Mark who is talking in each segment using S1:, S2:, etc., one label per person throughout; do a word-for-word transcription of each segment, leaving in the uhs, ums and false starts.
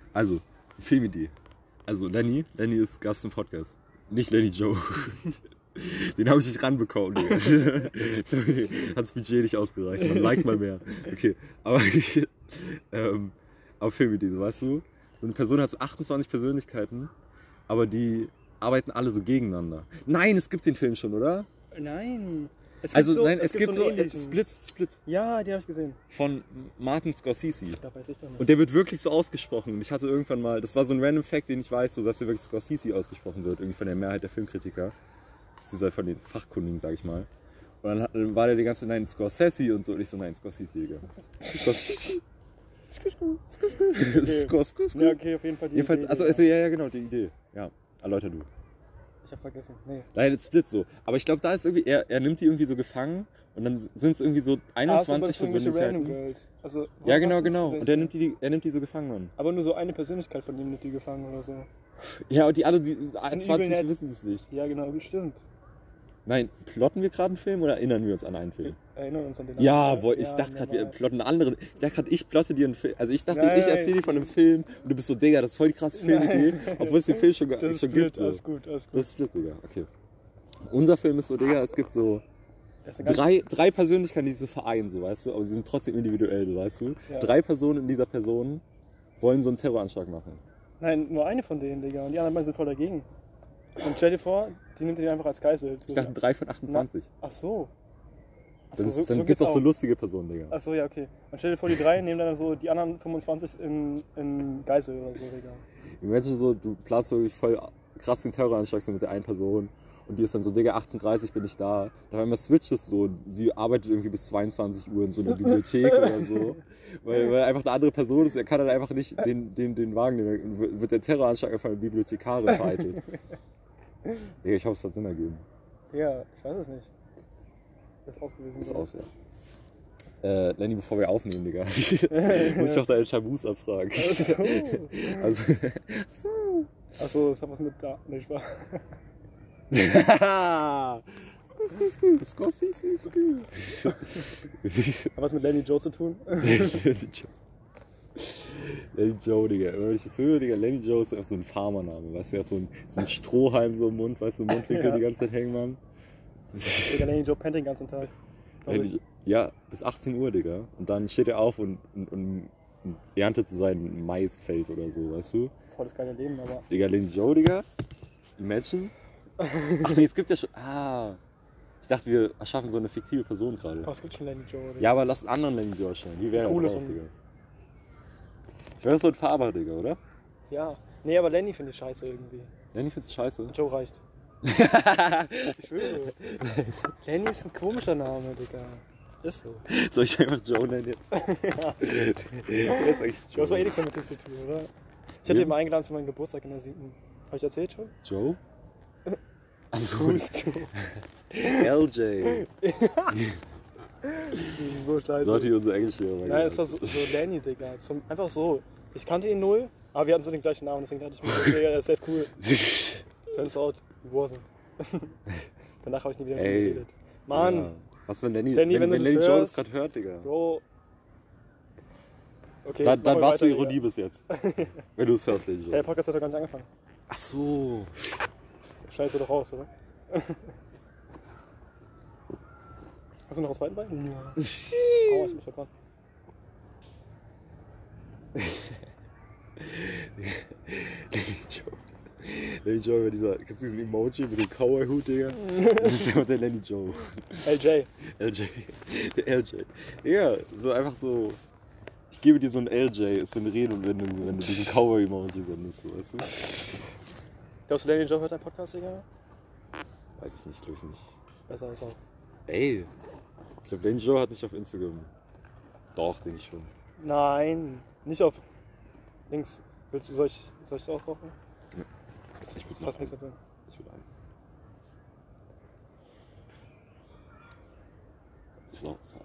S1: Also, Filmidee. Also Lenny, Lenny ist Gast im Podcast. Nicht Lenny Joe. Den habe ich nicht ranbekommen. Hat das Budget nicht ausgereicht. Man like mal mehr. Okay, aber, ähm, aber Filmidee, so weißt du, so eine Person hat so achtundzwanzig Persönlichkeiten, aber die arbeiten alle so gegeneinander. Nein, es gibt den Film schon, oder?
S2: Nein. Es gibt
S1: also
S2: so,
S1: nein, es, es gibt, gibt
S2: so,
S1: so Split, Split.
S2: Ja, den habe ich gesehen.
S1: Von Martin Scorsese.
S2: Da weiß ich doch nicht.
S1: Und der wird wirklich so ausgesprochen. Und ich hatte irgendwann mal, das war so ein random Fact, den ich weiß, so, dass der wirklich Scorsese ausgesprochen wird, irgendwie von der Mehrheit der Filmkritiker. Das ist halt von den Fachkundigen, sag ich mal. Und dann, dann war der die ganze Zeit, nein, Scorsese und so. Und ich so, nein, Scorsese, Digga. Scorsese.
S2: Scorsese. Ja, okay, auf jeden Fall die
S1: Jedenfalls,
S2: Idee.
S1: Also, also, ja, ja, genau, die Idee. Ja, erläuter du.
S2: Ich hab vergessen. Nee.
S1: Nein, das Split so. Aber ich glaube, da ist irgendwie, er, er nimmt die irgendwie so gefangen und dann sind es irgendwie so einundzwanzig
S2: ah,
S1: Persönlichkeiten.
S2: Also,
S1: ja, genau, genau. Und er nimmt die, er nimmt die so gefangen, Mann.
S2: Aber nur so eine Persönlichkeit von ihm nimmt die gefangen oder so.
S1: Ja, und die alle, die zwanzig wissen es nicht.
S2: Ja, genau, bestimmt.
S1: Nein, plotten wir gerade einen Film oder erinnern wir uns an einen Film?
S2: Wir erinnern uns an den
S1: Ja, wo, ich ja, dachte gerade, wir plotten einen anderen. Ich dachte gerade, ich plotte dir einen Film. Also ich dachte, nein, ich erzähle dir von einem Film und du bist so, Digga, das ist voll die krasse Filmidee, obwohl es den Film schon, schon
S2: split,
S1: gibt. So.
S2: Alles gut, alles gut.
S1: Das ist Split, Digga, okay. Unser Film ist so, Digga, es gibt so drei, drei Persönlichkeiten, die sich so vereinen, so, weißt du, aber sie sind trotzdem individuell, so, weißt du. Ja. Drei Personen in dieser Person wollen so einen Terroranschlag machen.
S2: Nein, nur eine von denen, Digga, und die anderen beiden sind voll dagegen. Und stell dir vor, die nimmt die einfach als Geisel.
S1: Ich dachte drei von achtundzwanzig.
S2: Na, ach so.
S1: Dann, so, dann so gibt es auch so lustige Personen, Digga.
S2: Ach so, ja, okay. Und stell dir vor, die drei nehmen dann so die anderen fünfundzwanzig in, in Geisel oder so, Digga.
S1: Imagine so, du planst wirklich voll krass den Terroranschlag so mit der einen Person und die ist dann so, Digga, achtzehn Uhr dreißig bin ich da. Dann einmal switcht es so und sie arbeitet irgendwie bis zweiundzwanzig Uhr in so einer Bibliothek oder so. Weil, weil einfach eine andere Person ist, er kann dann einfach nicht den, den, den Wagen nehmen. Wird der Terroranschlag einfach eine Bibliothekarin vereitelt. Digga, ich hoffe, es hat Sinn ergeben.
S2: Ja, ich weiß es nicht. Das ist ausgewiesen.
S1: Das ist aus, ja. Äh, Lenny, bevor wir aufnehmen, Digga, muss ich doch deine Tabus abfragen.
S2: Achso.
S1: Also,
S2: so. Achso, das hat was mit da. Nicht wahr? Hat was mit Lenny Joe zu tun?
S1: Lenny Joe. Lenny Joe, Digga. Wenn ich das höre, Digga, Lenny Joe ist einfach so ein Farmername. Weißt du, er hat so ein, so ein Strohhalm so im Mund, weißt du, im Mundwinkel ja. Die ganze Zeit hängen, Mann.
S2: Digga, Lenny Joe pennt den ganzen Tag.
S1: Lenny, ja, bis achtzehn Uhr, Digga. Und dann steht er auf und, und, und erntet so sein Maisfeld oder so, weißt du?
S2: Voll das geile Leben, aber...
S1: Digga, Lenny Joe, Digga. Imagine. Ach nee, es gibt ja schon... Ah. Ich dachte, wir erschaffen so eine fiktive Person gerade.
S2: Aber es gibt schon Lenny Joe, Digga.
S1: Ja, aber lass einen anderen Lenny Joe erstellen. Wie wäre das drauf, Digga? Ich wäre so ein Faber, Digga, oder?
S2: Ja. Nee, aber Lenny finde ich scheiße irgendwie.
S1: Lenny findest du scheiße?
S2: Joe reicht. Ich schwöre. Lenny ist ein komischer Name, Digga. Ist so.
S1: Soll ich einfach Joe nennen jetzt?
S2: Ja.
S1: Das ist eigentlich Joe.
S2: Du hast doch eh nichts damit zu tun, oder? Ich hatte ihn mal eingeladen zu meinem Geburtstag in der siebten. Hab ich erzählt schon?
S1: Joe? Achso.
S2: Who's Joe?
S1: L J.
S2: So scheiße.
S1: Sollte ich unsere Englisch hier
S2: Nein, es war so, so Lenny, Digga. Zum, einfach so. Ich kannte ihn null, aber wir hatten so den gleichen Namen, deswegen dachte ich mir, Digga, der ist echt cool. Turns out, he wasn't. Danach habe ich nie wieder mit ihm geredet. Mann!
S1: Ja. Was, wenn Lenny,
S2: Lenny, wenn,
S1: wenn,
S2: wenn
S1: Lenny
S2: Joe
S1: das gerade hört, Digga?
S2: Bro. Okay,
S1: dann dann warst
S2: weiter,
S1: du Ironie bis jetzt. Wenn du es hörst, Lenny Joe.
S2: Der Podcast hat doch gar nicht angefangen.
S1: Ach so.
S2: Scheiße doch raus, oder? Hast du noch einen zweiten Bein? Ja. Oh, ich bin verbrannt.
S1: Lenny Joe. Lenny Joe mit dieser, kennst du diesen Emoji mit dem Cowboy-Hut, Digga? Das ist einfach der Lenny Joe.
S2: L J.
S1: L J. Der L J. Ja, so einfach so, ich gebe dir so ein L J, ist so eine Redewendung, so, wenn du diesen Cowboy-Emoji sendest, so, weißt du?
S2: Glaubst du, Lenny Joe hört deinen Podcast, Digga?
S1: Weiß ich nicht, glaube ich nicht.
S2: Besser als auch.
S1: Ey, ich glaube, Lenny Joe hat mich auf Instagram. Doch, denke ich schon.
S2: Nein, nicht auf links. Willst du, soll ich, soll ich auch rauchen?
S1: Ja.
S2: Das ist fast nichts mehr drin.
S1: Ich will ein. Ist noch so.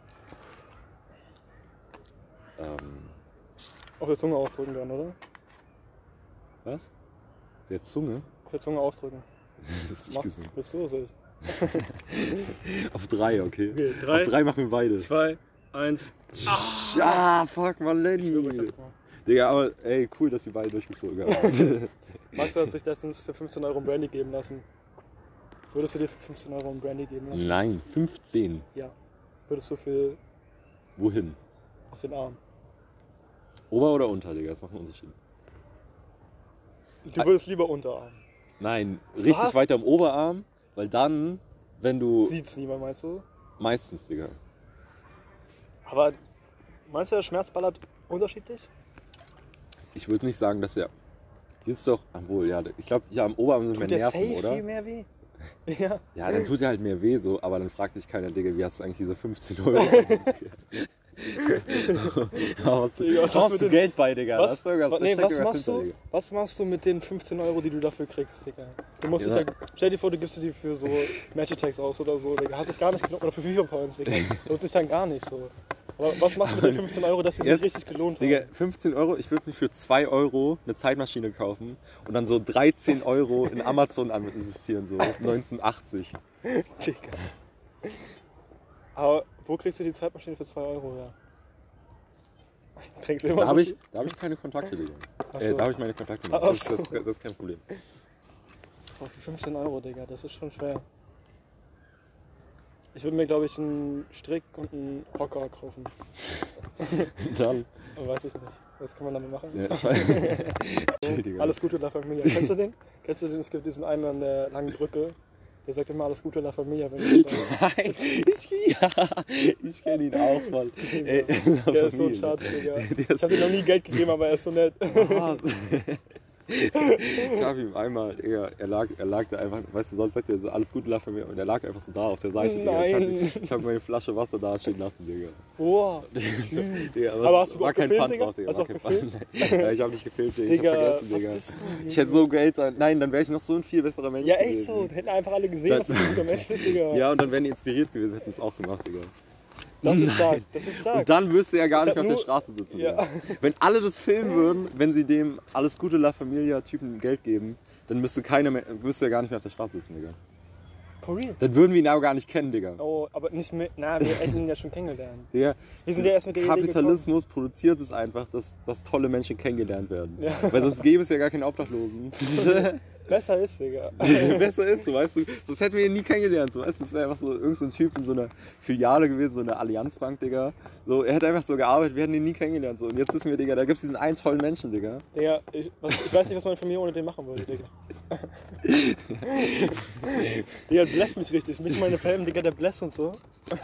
S1: Ähm.
S2: Auf der Zunge ausdrücken dann, oder?
S1: Was? Der Zunge?
S2: Auf der Zunge ausdrücken.
S1: Das ist nicht
S2: Mach,
S1: gesund.
S2: Willst du oder soll ich?
S1: Auf drei, okay.
S2: Okay, drei.
S1: Auf drei machen wir beide.
S2: Zwei, eins.
S1: Ah, fuck, man, Lenny.
S2: Ich schwöre, ich hab's gemacht.
S1: Digga, aber ey, cool, dass wir beide durchgezogen haben.
S2: Max hat sich letztens für fünfzehn Euro ein Brandy geben lassen. Würdest du dir für fünfzehn Euro ein Brandy geben lassen?
S1: Nein, fünfzehn.
S2: Ja. Würdest du für...
S1: Wohin?
S2: Auf den Arm.
S1: Ober- oder unter, Digga? Das macht einen Unterschied.
S2: Du würdest lieber Unterarm.
S1: Nein, richtig
S2: Was?
S1: weiter am Oberarm, weil dann, wenn du...
S2: Sieht's niemand, meinst du?
S1: Meistens, Digga.
S2: Aber meinst du, der Schmerz ballert unterschiedlich?
S1: Ich würde nicht sagen, dass er... Hier ist doch... Obwohl, ja, ich glaube, hier am Oberarm sind mehr
S2: Tut der
S1: Nerven,
S2: safe
S1: oder?
S2: viel mehr weh? Ja.
S1: Ja, dann tut dir halt mehr weh so, aber dann fragt dich keiner, Digga, wie hast du eigentlich diese fünfzehn Euro? hast du,
S2: Digga, was
S1: hast
S2: hast
S1: du
S2: du
S1: Geld bei, Digga?
S2: Was,
S1: Hast du irgendwas-
S2: nee,
S1: steck
S2: was,
S1: irgendwas
S2: machst
S1: hinter,
S2: du,
S1: Digga.
S2: was machst du mit den fünfzehn Euro, die du dafür kriegst, Digga? Du musst
S1: Ja.
S2: es ja, stell dir vor, du gibst dir die für so Match Attacks aus oder so, Digga. Hat sich gar nicht gelohnt. Oder für FIFA Points, Digga. Lohnt sich dann gar nicht so. Aber was machst du mit den fünfzehn Euro, dass die sich
S1: Jetzt,
S2: richtig gelohnt haben?
S1: Digga, fünfzehn Euro, ich würde mir für zwei Euro eine Zeitmaschine kaufen und dann so dreizehn Euro in Amazon investieren, so neunzehnhundertachtzig.
S2: Digga. Aber wo kriegst du die Zeitmaschine für zwei Euro, ja? Trinkst du immer
S1: Da
S2: so
S1: habe ich,
S2: viel?
S1: da hab ich keine Kontakte, Digga.
S2: Ach
S1: Äh,
S2: so.
S1: da habe ich meine Kontakte nicht.
S2: Ach
S1: Das,
S2: so.
S1: das, das ist kein Problem.
S2: Oh, für fünfzehn Euro, Digga, das ist schon schwer. Ich würde mir, glaube ich, einen Strick und einen Hocker kaufen.
S1: Dann.
S2: Aber weiß ich nicht. Was kann man damit machen?
S1: Ja.
S2: So, alles Gute La Familia. Kennst du den? Kennst du den? Es gibt diesen einen an der langen Brücke. Der sagt immer alles Gute La Familia. Wenn du da-
S1: Nein, ich, ja, ich kenne ihn auch, Mann. Ey,
S2: Der ist so ein Schatz, Digga. Ich habe ihm noch nie Geld gegeben, aber er ist so nett.
S1: Was? Ich habe ihm einmal, Digga, er lag, er lag da einfach, weißt du, sonst sagt er so alles Gute La Familia und er lag einfach so da auf der Seite, Digga. Ich
S2: Nein.
S1: habe ich hab meine Flasche Wasser da stehen lassen, Digga.
S2: Boah.
S1: Digga,
S2: Aber
S1: was-
S2: hast du
S1: war
S2: auch
S1: kein
S2: gefilmt,
S1: Pfand
S2: Digga?
S1: drauf, Digga.
S2: Hast
S1: War
S2: du
S1: kein
S2: auch gefilmt?
S1: Pfand. Ja, ich habe nicht gefilmt, Digga. Ich
S2: Digga,
S1: hab vergessen,
S2: was
S1: Digga.
S2: bist du?
S1: Ich hätte so Geld sein. Nein, dann wäre ich noch so ein viel besserer Mensch
S2: Ja, echt
S1: gewesen.
S2: so. Da hätten einfach alle gesehen,
S1: Das-
S2: was du für ein guter Mensch bist, Digga.
S1: Ja, und dann wären die inspiriert gewesen, hätten es auch gemacht, Digga.
S2: Das ist stark. Das ist stark.
S1: Und dann wirst du ja gar
S2: Ich
S1: nicht
S2: hab
S1: mehr auf der
S2: nur-
S1: Straße sitzen.
S2: Ja.
S1: Digga. Wenn alle das filmen würden, wenn sie dem alles gute La Familia-Typen Geld geben, dann müsste keiner mehr, müsste er gar nicht mehr auf der Straße sitzen, Digga.
S2: For real.
S1: Dann würden wir ihn aber gar nicht kennen, Digga.
S2: Oh, aber nicht mehr. Na, wir hätten ihn ja schon kennengelernt.
S1: Digga,
S2: Wir sind ja erst mit der Idee
S1: Kapitalismus produziert es einfach, dass, dass tolle Menschen kennengelernt werden.
S2: Ja.
S1: Weil sonst gäbe es ja gar keine Obdachlosen.
S2: Besser ist, Digga.
S1: Besser ist, so, weißt du. Sonst hätten wir ihn nie kennengelernt. So, weißt du, das wäre einfach so irgend so ein Typ in so einer Filiale gewesen, so eine Allianzbank, Digga. So, er hätte einfach so gearbeitet, wir hätten ihn nie kennengelernt. So. Und jetzt wissen wir, Digga, da gibt es diesen einen tollen Menschen, Digga.
S2: Digga, ich, was, ich weiß nicht, was meine Familie ohne den machen würde, Digga. Digga, bläst mich richtig. Mich und meine Fam, Digga, der bläst und so.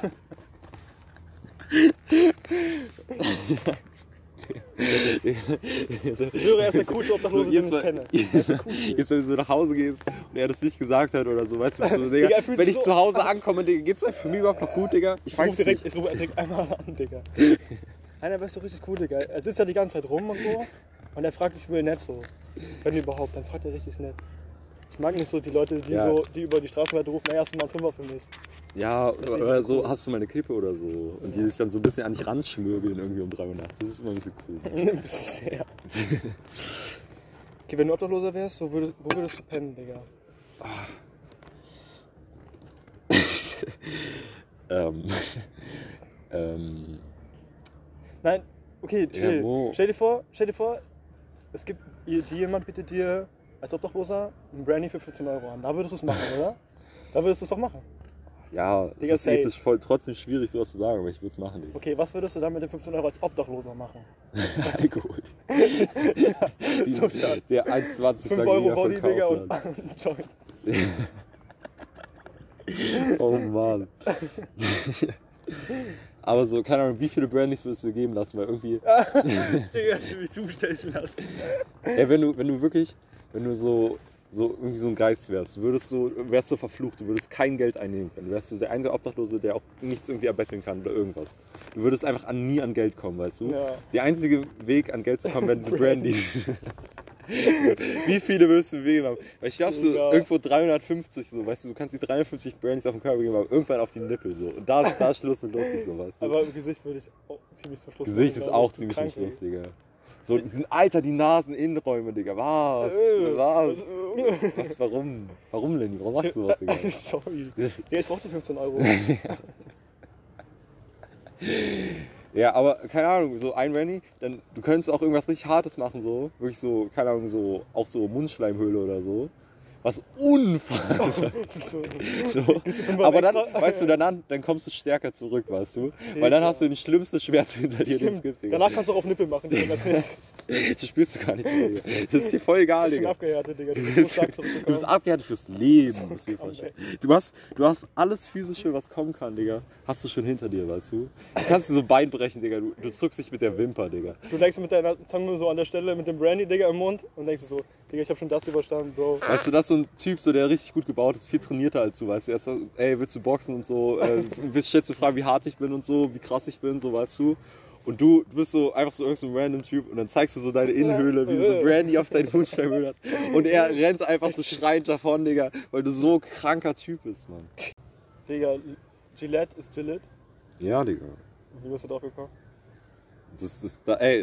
S2: Ich höre, er ist der coolste Obdachlose, den ich kenne. Er ist der coolste.
S1: Jetzt, wenn du so nach Hause gehst und er das nicht gesagt hat oder so, weißt du, bist du so, Digga,
S2: Digga, er fühlt
S1: wenn
S2: sich
S1: ich
S2: so-
S1: zu Hause ankomme, Digga, geht's meiner Familie überhaupt noch gut, Digga? Ich
S2: Ich
S1: weiß
S2: rufe direkt,
S1: nicht.
S2: ich rufe direkt einmal an, Digga. Einer, der ist doch richtig cool, Digga. Er sitzt ja die ganze Zeit rum und so. Und er fragt mich wohl nett so. Wenn überhaupt, dann fragt er richtig nett. Ich mag nicht so die Leute, die,
S1: Ja.
S2: so, die über die Straßenseite rufen, ey, hast du mal einen Fünfer für mich.
S1: Ja,
S2: Das ist
S1: oder
S2: richtig
S1: so,
S2: cool.
S1: hast du mal eine Kippe oder so. Und die sich dann so ein bisschen an dich ranschmürgeln irgendwie um drei Uhr nachts. Das ist immer ein bisschen cool.
S2: Ein bisschen sehr. Okay, wenn du Obdachloser wärst, wo würdest, wo würdest du pennen, Digga?
S1: ähm, ähm,
S2: Nein, okay, chill.
S1: Ja, wo?
S2: stell dir vor, stell dir vor, es gibt dir jemand bietet dir als Obdachloser einen Brandy für fünfzehn Euro an. Da würdest du es machen, oder? Da würdest du es doch machen.
S1: ja,
S2: Digga,
S1: es ist
S2: safe.
S1: ethisch voll, trotzdem schwierig sowas zu sagen, aber ich würde es machen, Digga.
S2: Okay, was würdest du dann mit den fünfzehn Euro als Obdachloser machen?
S1: Alkohol.
S2: So stark.
S1: Der eins zwanzig
S2: fünf Euro Body, Digga, und ein Joint.
S1: Oh Mann. Aber so, keine Ahnung, wie viele Brandys würdest du dir geben lassen? Weil irgendwie,
S2: Digga, ich will mich zustechen lassen.
S1: ey, wenn du, wenn du wirklich, wenn du so, so irgendwie so ein Geist wärst, du würdest so, wärst du verflucht, du würdest kein Geld einnehmen können. Du wärst so der einzige Obdachlose, der auch nichts irgendwie erbetteln kann oder irgendwas. Du würdest einfach an, nie an Geld kommen, weißt du?
S2: Ja.
S1: Der einzige Weg an Geld zu kommen, wären diese Brandys. Wie viele würdest du wegen haben? Weil ich glaube so
S2: Ja.
S1: irgendwo dreihundertfünfzig so, weißt du, du kannst die dreihundertfünfzig Brandys auf den Körper geben, aber irgendwann auf die Nippel so. Und da ist, da ist Schluss mit lustig so, weißt du.
S2: Aber im Gesicht würde ich auch ziemlich zum Schluss
S1: Gesicht
S2: machen,
S1: ist
S2: glaub
S1: auch
S2: ich.
S1: ziemlich
S2: Krank,
S1: zum Schluss,
S2: ey.
S1: Digga. So, die sind, Alter, die Naseninnenräume, Digga. Was?
S2: Äh,
S1: Was?
S2: äh,
S1: Was? Warum? Warum, Lenny? Warum machst du sowas, Digga?
S2: Sorry. Digga, ich brauch die fünfzehn Euro.
S1: Ja, aber keine Ahnung, so ein Rennie, dann du könntest auch irgendwas richtig Hartes machen, so. Wirklich so, keine Ahnung, so, auch so Mundschleimhöhle oder so. Was unfassbar.
S2: so.
S1: So. Aber dann, weißt du, dann, dann kommst du stärker zurück, weißt du? Weil dann hast du den schlimmsten Schmerz hinter dir, den es gibt. Digga.
S2: Danach kannst du auch auf Nippel machen, Digga.
S1: Das spürst du gar nicht, Digga. Das ist dir voll egal, Digga.
S2: Du bist abgehärtet, Digga. Du bist so stark zurückgekommen.
S1: Du bist abgehärtet fürs Leben, musst du dir vorstellen. Du hast, du hast alles Physische, was kommen kann, Digga. Hast du schon hinter dir, weißt du? Du kannst dir so ein Bein brechen, Digga. Du, du zuckst dich mit der Wimper, Digga.
S2: Du denkst mit deiner Zunge so an der Stelle mit dem Brandy, Digga, im Mund und denkst so, Digga, ich hab schon das überstanden, Bro.
S1: Weißt du, das ist so ein Typ, so, der richtig gut gebaut ist, viel trainierter als du, weißt du. Er ist so, ey, willst du boxen und so, äh, willst du fragen, wie hart ich bin und so, wie krass ich bin, so, weißt du. Und du, du bist so einfach so irgendein so random Typ und dann zeigst du so deine Innenhöhle, wie du so Brandy auf deine Mundschleimhöhle hast. Und er rennt einfach so schreiend davon, Digga, weil du so kranker Typ bist, Mann.
S2: Digga, Gillette ist Gillette.
S1: Ja, Digga.
S2: Wie bist du drauf gekommen?
S1: Das ist, das ist da, ey.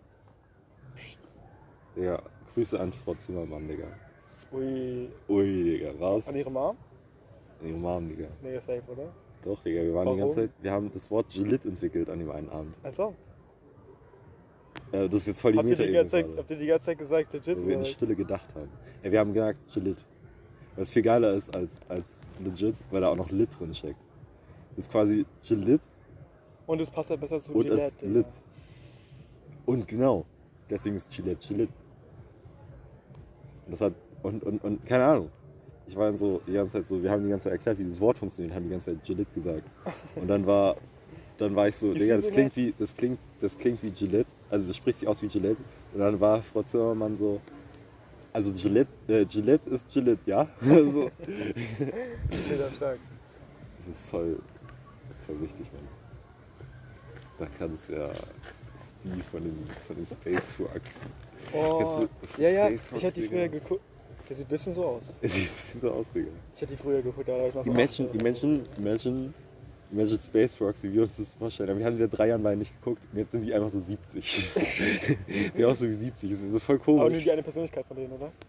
S1: Digga, Grüße an Frau Zimmermann, Digga.
S2: Ui.
S1: Ui, Digga, was?
S2: An ihre Mom?
S1: An ihre Mom, Digga.
S2: Nee, safe, oder?
S1: Doch, Digga, wir waren
S2: Warum?
S1: die ganze Zeit, wir haben das Wort Gillette entwickelt an dem einen Abend.
S2: Also?
S1: Äh, das ist jetzt voll die
S2: Habt ihr die
S1: Meta-Ebene
S2: ganze Zeit,
S1: gerade.
S2: habt ihr die ganze Zeit gesagt, legit?
S1: Wo wir in
S2: oder?
S1: Stille gedacht haben. Ja, wir haben gesagt Gillette. Weil es viel geiler ist als, als legit, weil da auch noch Lit drin steckt. Das ist quasi Gillette
S2: Und es passt ja besser zu
S1: und
S2: Gillette.
S1: es Lit. Und genau, deswegen ist Gillette Gillette. Und das hat, und, und, und keine Ahnung. Ich war dann so die ganze Zeit so, wir haben die ganze Zeit erklärt, wie dieses Wort funktioniert, haben die ganze Zeit Gillette gesagt. Und dann war, dann war ich so, Digga, das klingt wie, das klingt, das klingt wie Gillette, also das spricht sich aus wie Gillette. Und dann war Frau Zimmermann so, also Gillette, äh, Gillette ist Gillette, ja? so.
S2: Ich will das sagen.
S1: Das ist voll, voll wichtig, Mann. Da kann es ja Steve von den, von den Space Frogs.
S2: Oh,
S1: du
S2: ja, ja,
S1: Space Frogs,
S2: ich hätte die
S1: Digga?
S2: früher geguckt. Der sieht ein bisschen so aus.
S1: Es sieht ein bisschen so aus, Digga.
S2: Ich hätte die früher geguckt, da war ich noch so
S1: Imagine,
S2: acht,
S1: imagine, imagine, imagine Space Frogs, wie wir uns das vorstellen. Aber wir haben sie seit drei Jahren beide nicht geguckt und jetzt sind die einfach so siebzig. Sieht aus so wie siebzig, das ist so voll
S2: Aber nur
S1: komisch.
S2: die eine Persönlichkeit von denen, oder?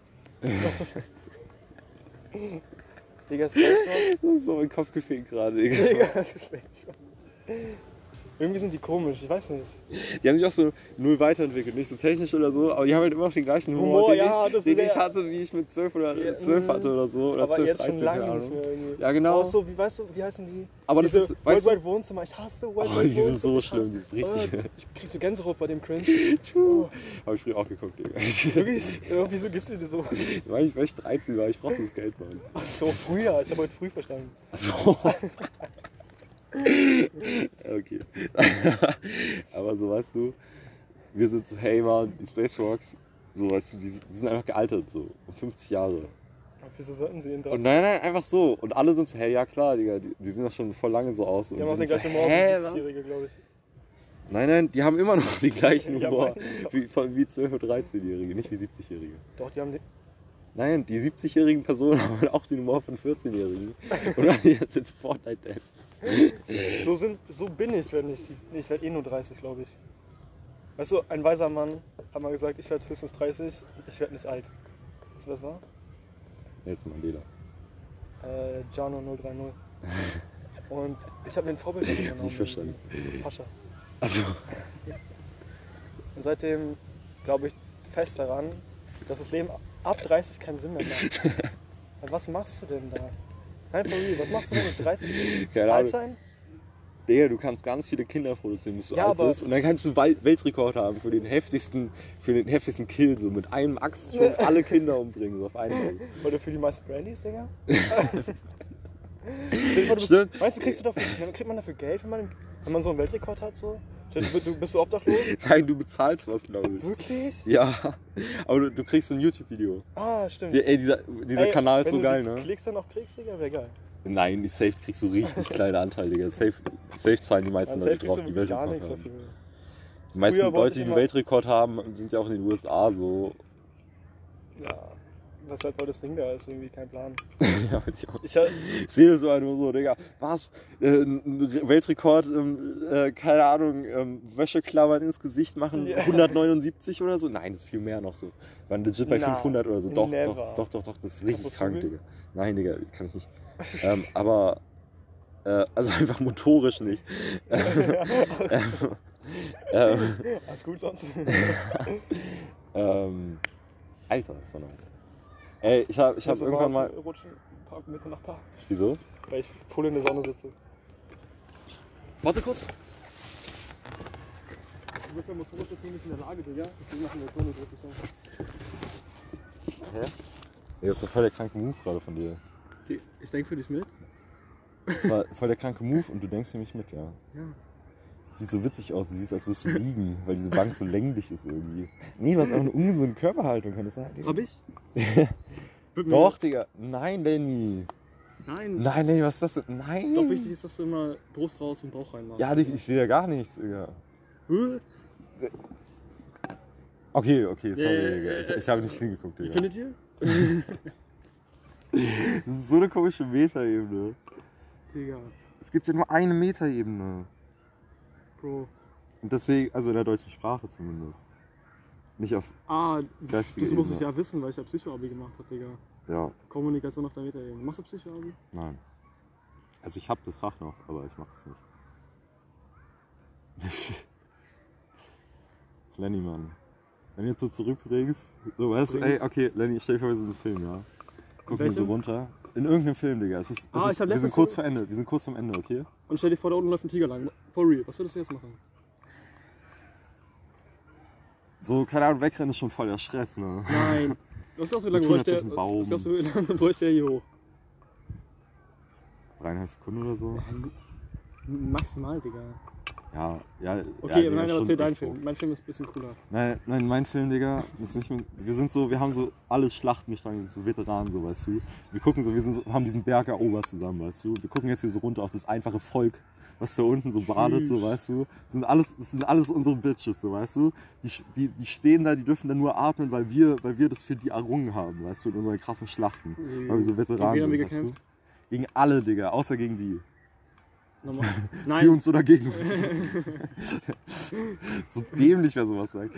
S2: Digga, Space Frogs.
S1: Das ist so mein Kopf gefegt gerade, Digga.
S2: Digga, Space Frogs. Irgendwie sind die komisch, ich weiß nicht.
S1: Die haben sich auch so null weiterentwickelt, nicht so technisch oder so, aber die haben halt immer noch den gleichen Humor,
S2: Humor,
S1: den,
S2: ja,
S1: ich,
S2: das
S1: den
S2: ist
S1: ich
S2: ja-
S1: hatte, wie ich mit zwölf oder
S2: Ja,
S1: zwölf
S2: mm.
S1: hatte oder so. Oder
S2: Aber
S1: zwölf,
S2: jetzt
S1: dreizehn,
S2: schon lange
S1: keine
S2: nicht
S1: Ahnung.
S2: mehr irgendwie.
S1: Ja, genau.
S2: Auch so, wie weißt du, wie heißen die?
S1: Aber das
S2: Diese
S1: ist, weißt
S2: Worldwide
S1: du,
S2: Wohnzimmer, ich hasse
S1: oh,
S2: Worldwide
S1: die sind
S2: Wohnzimmer.
S1: so
S2: ich
S1: schlimm, die
S2: hasse-
S1: sind richtig.
S2: Oh, ich krieg so Gänsehaut bei dem Cringe.
S1: Tschuh.
S2: Oh,
S1: Hab ich früher auch geguckt, Digga.
S2: wirklich? Ja, wieso gibst du dir so?
S1: Weil ich, weil ich dreizehn war, ich brauch das Geld, Mann.
S2: Ach so, früher, ich habe heute früh verstanden.
S1: Achso. Okay. Aber so, weißt du, wir sind so, hey Mann, die Space Rocks, so, weißt du, die, die sind einfach gealtert, so, um fünfzig Jahre.
S2: Aber wieso sollten sie ihn da?
S1: Und nein, nein, einfach so. Und alle sind so, hey, ja klar, Digga, die, die sehen doch schon voll lange so aus.
S2: Die
S1: Und
S2: haben auch
S1: wir
S2: den
S1: sind
S2: gleichen
S1: so,
S2: Humor
S1: hä,
S2: wie
S1: was?
S2: siebzigjährige, glaube ich.
S1: Nein, nein, die haben immer noch den gleichen
S2: Ja,
S1: Humor
S2: meine ich doch.
S1: wie, von- wie zwölf- oder dreizehnjährige, nicht wie siebzigjährige.
S2: Doch, die haben den.
S1: Nein, die siebzigjährigen Personen haben auch den Humor von vierzehnjährigen. Und dann jetzt jetzt Fortnite Dance.
S2: So, sind, so bin ich, wenn ich sieb- nee, ich werde eh nur dreißig, glaube ich. Weißt du, ein weiser Mann hat mal gesagt, ich werde höchstens dreißig, ich werde nicht alt. Weißt du, was war?
S1: Jetzt Mandela.
S2: Äh, Jano null drei null. Und ich habe mir ein Vorbild von ihm genommen.
S1: Nicht verstanden.
S2: Pascha.
S1: Also,
S2: Und seitdem glaube ich fest daran, dass das Leben ab dreißig keinen Sinn mehr macht. Weil was machst du denn da? Nein, for real, was machst du, wenn du dreißig bist?
S1: Keine
S2: Alt
S1: Ahnung.
S2: sein?
S1: Digga, du kannst ganz viele Kinder produzieren, bis du
S2: Ja,
S1: alt
S2: aber-
S1: bist. Und dann kannst du Wal- Weltrekord haben für den heftigsten, für den heftigsten Kill, so mit einem Axtschwung alle Kinder umbringen, so auf einmal.
S2: Oder für die meisten Brandys, Digga? Stell dir vor, du bist,
S1: Stimmt.
S2: weißt du, kriegst du dafür, kriegt man dafür Geld, wenn man, wenn man so einen Weltrekord hat? So? Stell dir, du bist so obdachlos?
S1: Nein, du bezahlst was, glaube ich.
S2: Wirklich?
S1: Ja, aber du, du kriegst so ein YouTube-Video.
S2: Ah, stimmt.
S1: Die- Ey, dieser, dieser
S2: Ey,
S1: Kanal ist
S2: wenn
S1: so
S2: du
S1: geil,
S2: die
S1: ne?
S2: Klicks dann noch kriegst, Digga, wäre geil.
S1: Nein, die Safe kriegst du richtig kleine Anteile, Digga. Safe, safe zahlen die meisten
S2: Dann
S1: Leute
S2: safe
S1: drauf,
S2: kriegst du
S1: die
S2: wirklich gar
S1: Weltrekord
S2: nichts
S1: haben.
S2: dafür.
S1: Die meisten
S2: Früher wollte
S1: Leute,
S2: ich
S1: die einen
S2: immer-
S1: Weltrekord haben, sind ja auch in den U S A so.
S2: Ja, was halt voll das Ding da ist, irgendwie kein Plan.
S1: Ja, weiß ich auch.
S2: Ich, hab-
S1: Ich sehe das so einfach so, Digga, was? Äh, ein Weltrekord, ähm, äh, keine Ahnung, ähm, Wäscheklammern ins Gesicht machen,
S2: Ja.
S1: hundertneunundsiebzig oder so? Nein, das ist viel mehr noch so. Waren legit bei
S2: Na,
S1: fünfhundert oder so. Doch,
S2: never.
S1: doch, doch, doch, doch, das ist
S2: Kannst
S1: richtig
S2: du's
S1: krank,
S2: googeln?
S1: Digga. Nein, Digga, kann ich nicht. ähm, aber Äh, also einfach motorisch nicht. ähm, ähm,
S2: Alles gut sonst?
S1: ähm, Alter, das ist so nice. Ey, ich hab, ich hab irgendwann mal...
S2: Rutschen, ein paar Meter nach da.
S1: Wieso?
S2: Weil ich voll in der Sonne sitze. Warte kurz. Du bist ja motorisch jetzt nicht in der Lage, Digga. Deswegen machen wir jetzt nur eine große Chance.
S1: Hä? Ey, das ist doch voll der kranke Move gerade von dir.
S2: Ich denke für dich mit.
S1: Das war voll der kranke Move und du denkst für mich mit, ja.
S2: Ja.
S1: Sieht so witzig aus, du siehst, als würdest du liegen, weil diese Bank so länglich ist irgendwie. Nee, du hast auch eine ungesunde Körperhaltung, kann das sein?
S2: Hab ich?
S1: Doch, Digga. Nein, Lenny.
S2: Nein.
S1: Nein, Lenny, was ist das denn? Nein.
S2: Doch wichtig ist, dass du immer Brust raus und Bauch rein machst.
S1: Ja, ich, ich sehe ja gar nichts, Digga.
S2: Hä?
S1: Okay, okay, sorry,
S2: Äh,
S1: Digga. Ich, ich habe nicht hingeguckt, Digga.
S2: Wie findet ihr?
S1: Das ist so eine komische Metaebene.
S2: Digga.
S1: Es gibt ja nur eine Metaebene.
S2: Bro.
S1: Und deswegen, also in der deutschen Sprache zumindest. Nicht auf
S2: Ah,
S1: geistige
S2: das muss ich
S1: Ebene.
S2: ja wissen, weil ich ja Psycho-Abi gemacht habe, Digga.
S1: Ja,
S2: Kommunikation auf der Metaebene. Machst du Psycho-Abi?
S1: nein. Also ich habe das Fach noch, aber ich mach das nicht. Lenny, Mann. Wenn du jetzt so zurückregst, so weißt du, ey, okay, Lenny, stell dir vor, wir sind im Film, ja? Gucken wir so runter. In irgendeinem Film, Digga. Es ist, es
S2: Ah,
S1: ist,
S2: ich hab
S1: wir sind
S2: letztens
S1: kurz
S2: so-
S1: vor Ende, wir sind kurz vom Ende, okay?
S2: Und stell dir vor, da unten läuft ein Tiger lang. For real. Was würdest du jetzt machen?
S1: So, keine Ahnung, wegrennen ist schon voll der Stress, ne?
S2: Nein. Was glaubst du, wie lange
S1: tun,
S2: bräuchte
S1: als
S2: der,
S1: wäre es ein Baum.
S2: was glaubst du, wie lange bräuchte der hier hoch?
S1: Dreieinhalb Sekunden oder so?
S2: Maximal, Digga.
S1: Ja, ja.
S2: Okay,
S1: ja,
S2: aber
S1: Digga,
S2: nein,
S1: schon
S2: erzähl deinen
S1: echt so.
S2: Film. Mein Film ist ein bisschen cooler.
S1: Nein, nein, mein Film, Digga, das ist nicht mehr, wir sind so, wir haben so alle Schlachten geschlagen, wir sind so Veteranen, so, weißt du. Wir gucken so, wir sind so, haben diesen Berg erobert zusammen, weißt du. Wir gucken jetzt hier so runter auf das einfache Volk, was da unten so badet, so, weißt du. Das sind alles, das sind alles unsere Bitches, so, weißt du. Die, die, die stehen da, die dürfen da nur atmen, weil wir, weil wir das für die errungen haben, weißt du, in unseren krassen Schlachten. Weil wir so Veteranen
S2: Gegen wen haben
S1: sind,
S2: wir
S1: weißt du.
S2: gekämpft?
S1: Gegen alle, Digga, außer gegen die.
S2: Nochmal.
S1: Für
S2: Nein.
S1: uns oder gegen uns. So dämlich, wer sowas sagt.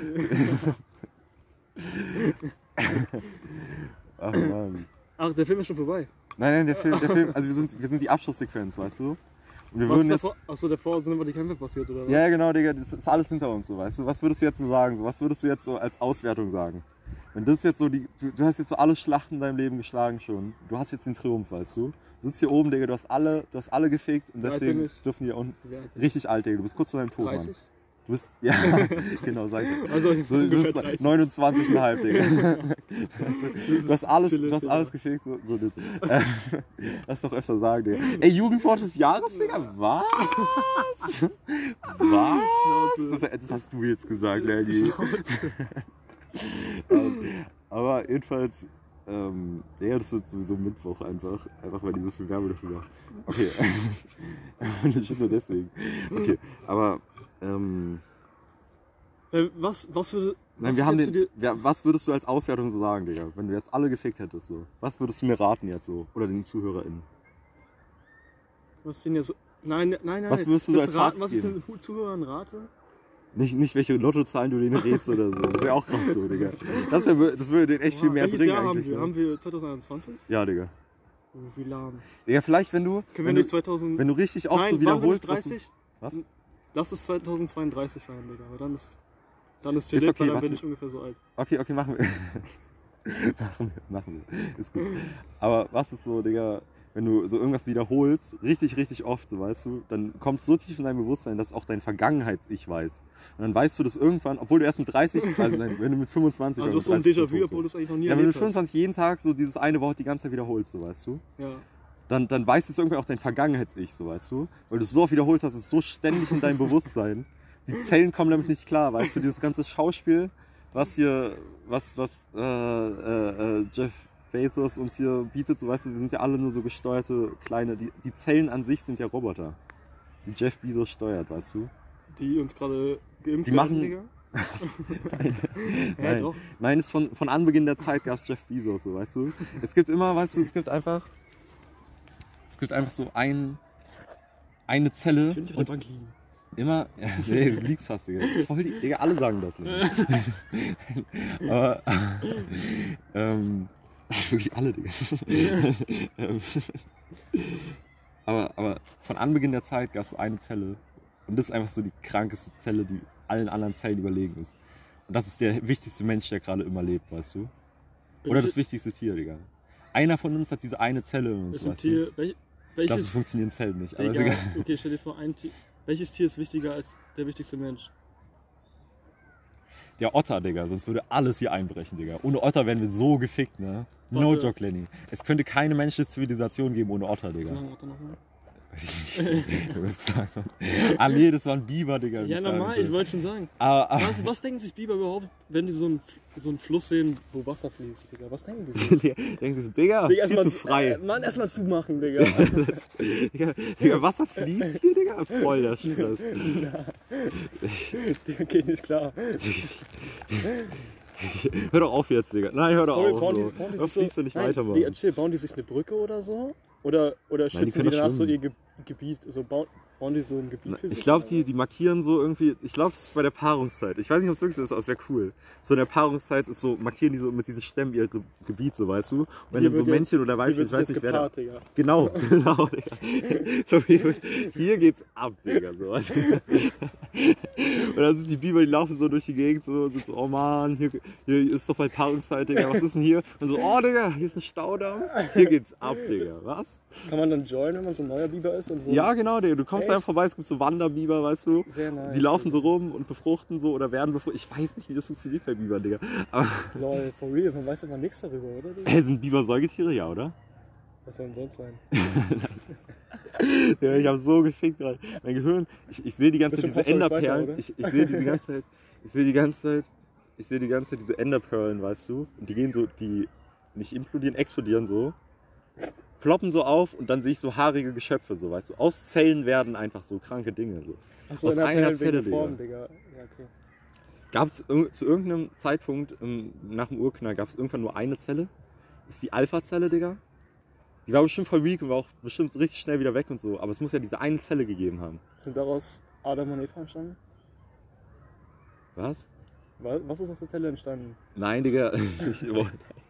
S1: Ach man.
S2: Ach, der Film ist schon vorbei.
S1: Nein, nein, der Film, der Film, also wir sind, wir sind die Abschlusssequenz, weißt du? Und wir
S2: Was
S1: würden jetzt,
S2: davor? Achso, davor sind immer die Kämpfe passiert, oder was?
S1: ja, ja, genau, Digga, das ist alles hinter uns, so, weißt du? Was würdest du jetzt so sagen, so? Was würdest du jetzt so als Auswertung sagen? Wenn das jetzt so die, du, du hast jetzt so alle Schlachten in deinem Leben geschlagen schon. Du hast jetzt den Triumph, weißt du? Du sitzt hier oben, Digga, du hast alle, du hast alle gefickt und
S2: Wie alt
S1: deswegen
S2: bin ich?
S1: dürfen die unten,
S2: Wie alt?
S1: richtig alt, Digga, du bist kurz vor deinem Tod, Mann.
S2: dreißig?
S1: Du bist, ja, genau, sag ich.
S2: Also,
S1: So, du
S2: ungefähr
S1: bist
S2: dreißig.
S1: neunundzwanzig Komma fünf, Digga. Du hast alles,
S2: Chillig,
S1: du hast
S2: Digga.
S1: alles gefickt. So, so, äh, lass doch öfter sagen, Digga. Ey, Jugendwort des Jahres, Digga? Was? Was? Das, das hast du jetzt gesagt, Lenny. Aber jedenfalls, ähm, ja, das wird sowieso Mittwoch einfach. Einfach weil die so viel Werbung dafür machen. Okay. Nicht nur deswegen. Okay, aber, ähm,
S2: Äh, Was, was würde.
S1: Nein,
S2: was
S1: wir haben
S2: hättest
S1: den,
S2: du dir-
S1: wer, was würdest du als Auswertung so sagen, Digga? Wenn du jetzt alle gefickt hättest, so. Was würdest du mir raten jetzt so? Oder den ZuhörerInnen?
S2: Was sind jetzt. Nein, nein, nein.
S1: Was würdest du so
S2: das
S1: als
S2: Rat-
S1: Fazit
S2: Was ist
S1: geben?
S2: denn Zuhörern Rate?
S1: Nicht, nicht welche Lottozahlen du denen rätst oder so. Das wäre auch krass so, Digga. Das, wär, das würde denen echt viel
S2: Oha,
S1: mehr
S2: welches
S1: bringen
S2: Jahr haben
S1: eigentlich.
S2: wir?
S1: ne?
S2: Haben wir zwanzig einundzwanzig?
S1: Ja, Digga.
S2: Oh, wie lahm.
S1: Digga, vielleicht wenn du,
S2: Können wir
S1: wenn du,
S2: nicht zweitausend.
S1: wenn du richtig oft
S2: Nein,
S1: so
S2: wann bin ich
S1: wiederholst, was du,
S2: dreißig?
S1: was?
S2: Lass es zweitausendzweiunddreißig sein, Digga. Aber dann ist. Dann ist
S1: Ist
S2: chillig,
S1: okay,
S2: weil dann
S1: warte.
S2: bin ich ungefähr so alt.
S1: Okay, okay, machen wir. machen wir, machen wir. Ist gut. Aber was ist so, Digga, wenn du so irgendwas wiederholst, richtig, richtig oft, so weißt du, dann kommt es so tief in dein Bewusstsein, dass auch dein Vergangenheits-Ich weiß. Und dann weißt du das irgendwann, obwohl du erst mit dreißig, also nein, wenn du mit fünfundzwanzig
S2: Also, du
S1: oder
S2: hast so ein
S1: mit dreißig
S2: Déjà-vu,
S1: so-
S2: obwohl du es eigentlich noch nie
S1: Ja, wenn du mit
S2: erlebt hast.
S1: fünfundzwanzig jeden Tag so dieses eine Wort die ganze Zeit wiederholst, so weißt du,
S2: Ja.
S1: dann, dann weiß es irgendwann auch dein Vergangenheits-Ich, so weißt du, weil du es so oft wiederholt hast, es ist so ständig in deinem Bewusstsein. Die Zellen kommen damit nicht klar, weißt du, dieses ganze Schauspiel, was hier, was, was äh, äh, äh, Jeff Bezos uns hier bietet, so weißt du, wir sind ja alle nur so gesteuerte kleine, die, die Zellen an sich sind ja Roboter, die Jeff Bezos steuert, weißt du.
S2: Die uns gerade geimpft
S1: Die
S2: werden,
S1: machen-
S2: Digga.
S1: Nein,
S2: Hä,
S1: nein,
S2: doch.
S1: nein, es ist von, von Anbeginn der Zeit gab es Jeff Bezos, so weißt du. Es gibt immer, weißt du, es gibt einfach, es gibt einfach so ein, eine Zelle
S2: Ich will nicht auf
S1: und
S2: der Bank liegen.
S1: immer, ja, nee, du liegst fast, Digga. Das ist voll die, Digga, alle sagen das. Digga. Aber, ähm, wirklich alle, Digga. ähm, Aber, aber von Anbeginn der Zeit gab es so eine Zelle. Und das ist einfach so die krankeste Zelle, die allen anderen Zellen überlegen ist. Und das ist der wichtigste Mensch, der gerade immer lebt, weißt du? Oder das wichtigste Tier, Digga. Einer von uns hat diese eine Zelle in uns,
S2: ist ein
S1: weißt
S2: Tier,
S1: du?
S2: welch,
S1: Ich
S2: welches,
S1: glaube, so funktionieren Zellen nicht. Aber ist
S2: Digga,
S1: egal.
S2: okay, stell dir vor, ein Tier. Welches Tier ist wichtiger als der wichtigste Mensch?
S1: Der Otter, Digga, sonst würde alles hier einbrechen, Digga. Ohne Otter wären wir so gefickt, ne? No
S2: Warte.
S1: joke, Lenny. Es könnte keine menschliche Zivilisation geben ohne Otter,
S2: Wie
S1: Digga.
S2: lange Otter nochmal?
S1: Was gesagt hat. Ah nee, das war ein Biber, Digga.
S2: Ja, normal, ich wollte schon sagen.
S1: Aber, aber
S2: Was, was denken sich Biber überhaupt, wenn die so einen, so einen Fluss sehen, wo Wasser fließt, Digga? Was denken die sich?
S1: denken sie so, Digga,
S2: Digga,
S1: viel
S2: erst
S1: zu
S2: mal-
S1: frei.
S2: Äh, Mann, erstmal zumachen, Digga.
S1: Digga, Digga, Wasser fließt hier, Digga? Voll der Stress.
S2: Digga, geht nicht klar.
S1: Hör doch auf jetzt, Digga. Nein, hör doch
S2: Bauen-
S1: auf.
S2: bauen
S1: So.
S2: die- bauen die
S1: Hör
S2: sich so-
S1: fließt doch nicht
S2: Nein,
S1: weiter,
S2: Digga,
S1: Mann.
S2: chill, bauen die sich eine Brücke oder so? Oder, oder schützen
S1: können
S2: die
S1: doch
S2: danach so
S1: schwimmen.
S2: ihr Ge Gebiet? So bauen, bauen die so ein Gebiet für sich?
S1: Ich glaube,
S2: oder
S1: die, die markieren so irgendwie, ich glaube, das ist bei der Paarungszeit. Ich weiß nicht, ob es wirklich so ist, aber es wäre cool. So in der Paarungszeit ist so, markieren die so mit diesen Stämmen ihr Ge Gebiet, so weißt du. Und wenn
S2: Hier
S1: dann so
S2: wird
S1: Männchen
S2: jetzt-
S1: oder
S2: hier
S1: Weibchen,
S2: wird
S1: ich weiß
S2: jetzt
S1: nicht, wer da.
S2: gepaart, Digga.
S1: Genau, genau, Digga. So, hier, hier geht's ab, Digga. So. Und dann sind die Biber, die laufen so durch die Gegend, so, sind so, oh Mann, hier, hier ist doch bald Paarungszeit, Digga, was ist denn hier? Und so, oh Digga, hier ist ein Staudamm, hier geht's ab, Digga, was?
S2: Kann man dann joinen, wenn man so ein neuer Biber ist und so?
S1: Ja, genau, Digga, du kommst
S2: Echt?
S1: da vorbei, es gibt so Wanderbiber, weißt du?
S2: Sehr nice.
S1: Die laufen so rum und befruchten so oder werden befruchtet. Ich weiß nicht, wie das funktioniert bei Bibern, Digga. Aber,
S2: Lol, for real, man weiß aber nichts darüber, oder? Digga?
S1: hey, sind Biber Säugetiere? Ja, oder?
S2: Was soll denn sonst sein?
S1: Ja, ich hab so gefickt gerade. Mein Gehirn, ich, ich sehe die ganze
S2: Bist
S1: Zeit
S2: schon
S1: diese
S2: fast noch nicht weiter,
S1: Enderperlen.
S2: oder?
S1: Ich, ich sehe die ganze Zeit, ich sehe die ganze Zeit, ich sehe die ganze Zeit diese Enderperlen, weißt du? Und die gehen so, die nicht implodieren, explodieren so. Ploppen so auf und dann sehe ich so haarige Geschöpfe, so, weißt du? Aus Zellen werden einfach so kranke Dinge, so.
S2: Achso,
S1: Aus
S2: in der
S1: einer
S2: Perlen
S1: Zelle,
S2: wegen der
S1: Digga.
S2: Form, Digga. Ja, okay.
S1: Gab es zu irgendeinem Zeitpunkt ähm, nach dem Urknall, gab es irgendwann nur eine Zelle? Das ist die Alpha-Zelle, Digga. Die war bestimmt voll weak und war auch bestimmt richtig schnell wieder weg und so. Aber es muss ja diese eine Zelle gegeben haben.
S2: Sind daraus Adam und Eva entstanden?
S1: Was?
S2: Was, was ist aus der Zelle entstanden?
S1: Nein, Digga. Ich, oh,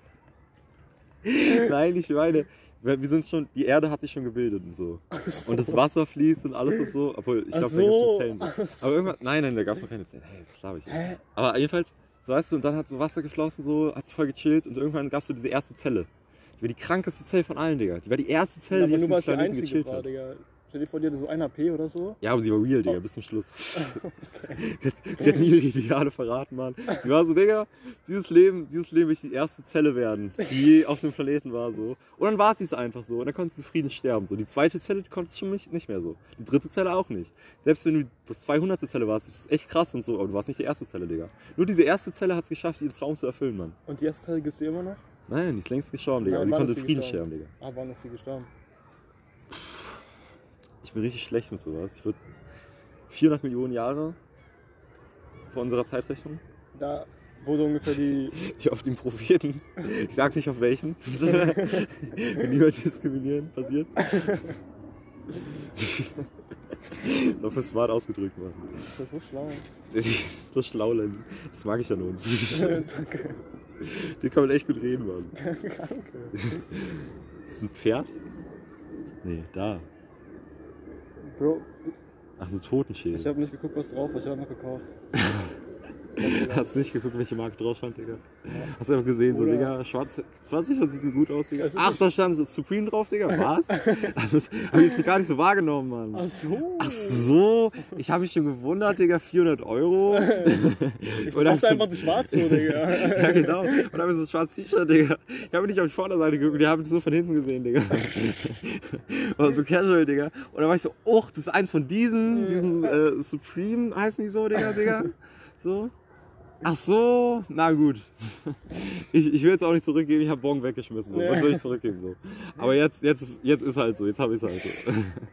S1: nein, ich meine, wir wir sind schon, die Erde hat sich schon gebildet und so.
S2: so.
S1: Und das Wasser fließt und alles und so. Obwohl, ich
S2: Ach
S1: glaube, da gibt es
S2: so.
S1: schon Zellen. So. Aber irgendwann, nein, nein, da gab es noch keine Zellen. Hey, was laber ich?
S2: Hä?
S1: Aber jedenfalls, so weißt du, und dann hat so Wasser geflossen, so, hat es voll gechillt und irgendwann gab es so diese erste Zelle. Die war die krankeste Zelle von allen, Digga. Die war die erste Zelle,
S2: Ja,
S1: die
S2: aber
S1: auf
S2: nur
S1: diesem
S2: weil es die
S1: Planeten
S2: einzige
S1: gechillt
S2: war,
S1: hat.
S2: Digga. Stell dir vor, die hatte so ein H P oder so.
S1: Ja, aber sie war real, Digga, bis zum Schluss. sie, hat, sie hat nie ihre Ideale verraten, Mann. Sie war so, Digga, dieses Leben, dieses Leben will ich die erste Zelle werden, die je auf dem Planeten war, so. Und dann war sie es einfach so. Und dann konnte sie zufrieden sterben, so. Die zweite Zelle konnte es schon nicht, nicht mehr so. Die dritte Zelle auch nicht. Selbst wenn du das zweihundertste Zelle warst, das ist echt krass und so, aber du warst nicht die erste Zelle, Digga. Nur diese erste Zelle hat es geschafft, ihren Traum zu erfüllen, Mann.
S2: Und die erste Zelle gibt es immer noch?
S1: Nein, die ist längst gestorben, Digga.
S2: Ja,
S1: aber die
S2: wann
S1: konnte
S2: ist sie
S1: zufrieden
S2: gestorben?
S1: sterben, Digga.
S2: Ah, wann ist sie gestorben?
S1: Ich bin richtig schlecht mit sowas. Ich würde vierhundert Millionen Jahre vor unserer Zeitrechnung.
S2: Da wurde ungefähr die.
S1: Die auf den Propheten, ich sag nicht auf welchen, wenn niemand diskriminieren passiert. So für smart ausgedrückt, Mann.
S2: Das ist so schlau.
S1: Das ist so schlau, Lenny. Das mag ich an uns.
S2: Danke.
S1: Die kann man echt gut reden, Mann.
S2: Danke.
S1: Ist das ein Pferd? Nee, da.
S2: Bro,
S1: Ach, das ist Totenschädel.
S2: ich habe nicht geguckt, was drauf war. Ich habe einfach gekauft.
S1: Hast du nicht geguckt, welche Marke drauf stand, Digga? Hast du einfach gesehen, so,
S2: Oder-
S1: Digga, schwarz, schwarz sieht so gut aus, Digga.
S2: Es ist
S1: Ach,
S2: nicht-
S1: da stand so Supreme drauf, Digga, was? Das hab ich jetzt gar nicht so wahrgenommen, Mann.
S2: Ach so.
S1: Ach so, ich habe mich schon gewundert, Digga, vierhundert Euro.
S2: Ich
S1: Und dann
S2: brauchte
S1: so-
S2: einfach das Schwarze, so, Digga.
S1: Ja, genau. Und dann habe ich so ein schwarzes T-Shirt, Digga. Ich habe nicht auf die Vorderseite geguckt, die haben mich so von hinten gesehen, Digga. Oder so casual, Digga. Und dann war ich so, oh, das ist eins von diesen, diesen äh, Supreme, heißen die so, Digga, Digga. So. Ach so, na gut. Ich, ich will jetzt auch nicht zurückgeben, ich habe Bon weggeschmissen. So. Was soll ich zurückgeben? So. Aber jetzt, jetzt, ist, jetzt ist halt so, jetzt habe ich es halt so.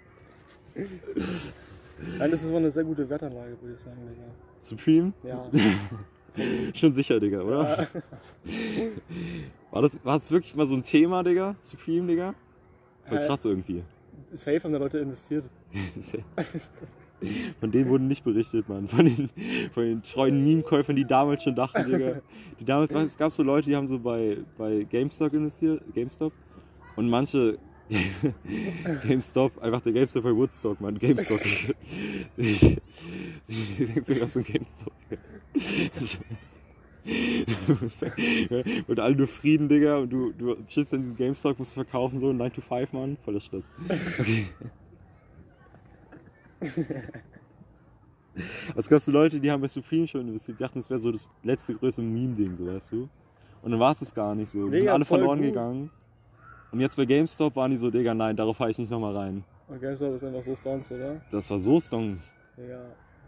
S2: Nein, das ist aber eine sehr gute Wertanlage, würde ich sagen, Digga.
S1: Supreme?
S2: Ja.
S1: Schon sicher, Digga, oder? War das, war das wirklich mal so ein Thema, Digga? Supreme, Digga? Voll
S2: Äh,
S1: krass irgendwie.
S2: Safe haben da Leute investiert.
S1: Von denen wurde nicht berichtet, Mann. Von den, von den treuen Meme-Käufern, die damals schon dachten, Digga. Die damals, weißt, es gab so Leute, die haben so bei, bei GameStop investiert, GameStop. Und manche GameStop, einfach der GameStop bei Woodstock, Mann. GameStop. Ich denkst du, was so ein GameStop? Und alle nur Frieden, Digga, und du, du chillst in diesem GameStop, musst du verkaufen, so nine to five, Mann. Voller Stress. Es gab so Leute, die haben bei Supreme schon investiert, die dachten, das wäre so das letzte größte Meme-Ding, so weißt du. Und dann war es das gar nicht so. Die sind alle verloren gut. gegangen. Und jetzt bei GameStop waren die so, Digga, nein, darauf fahre ich nicht nochmal rein.
S2: Und GameStop ist einfach so Stonks, oder?
S1: Das war so Stonks.
S2: Ja.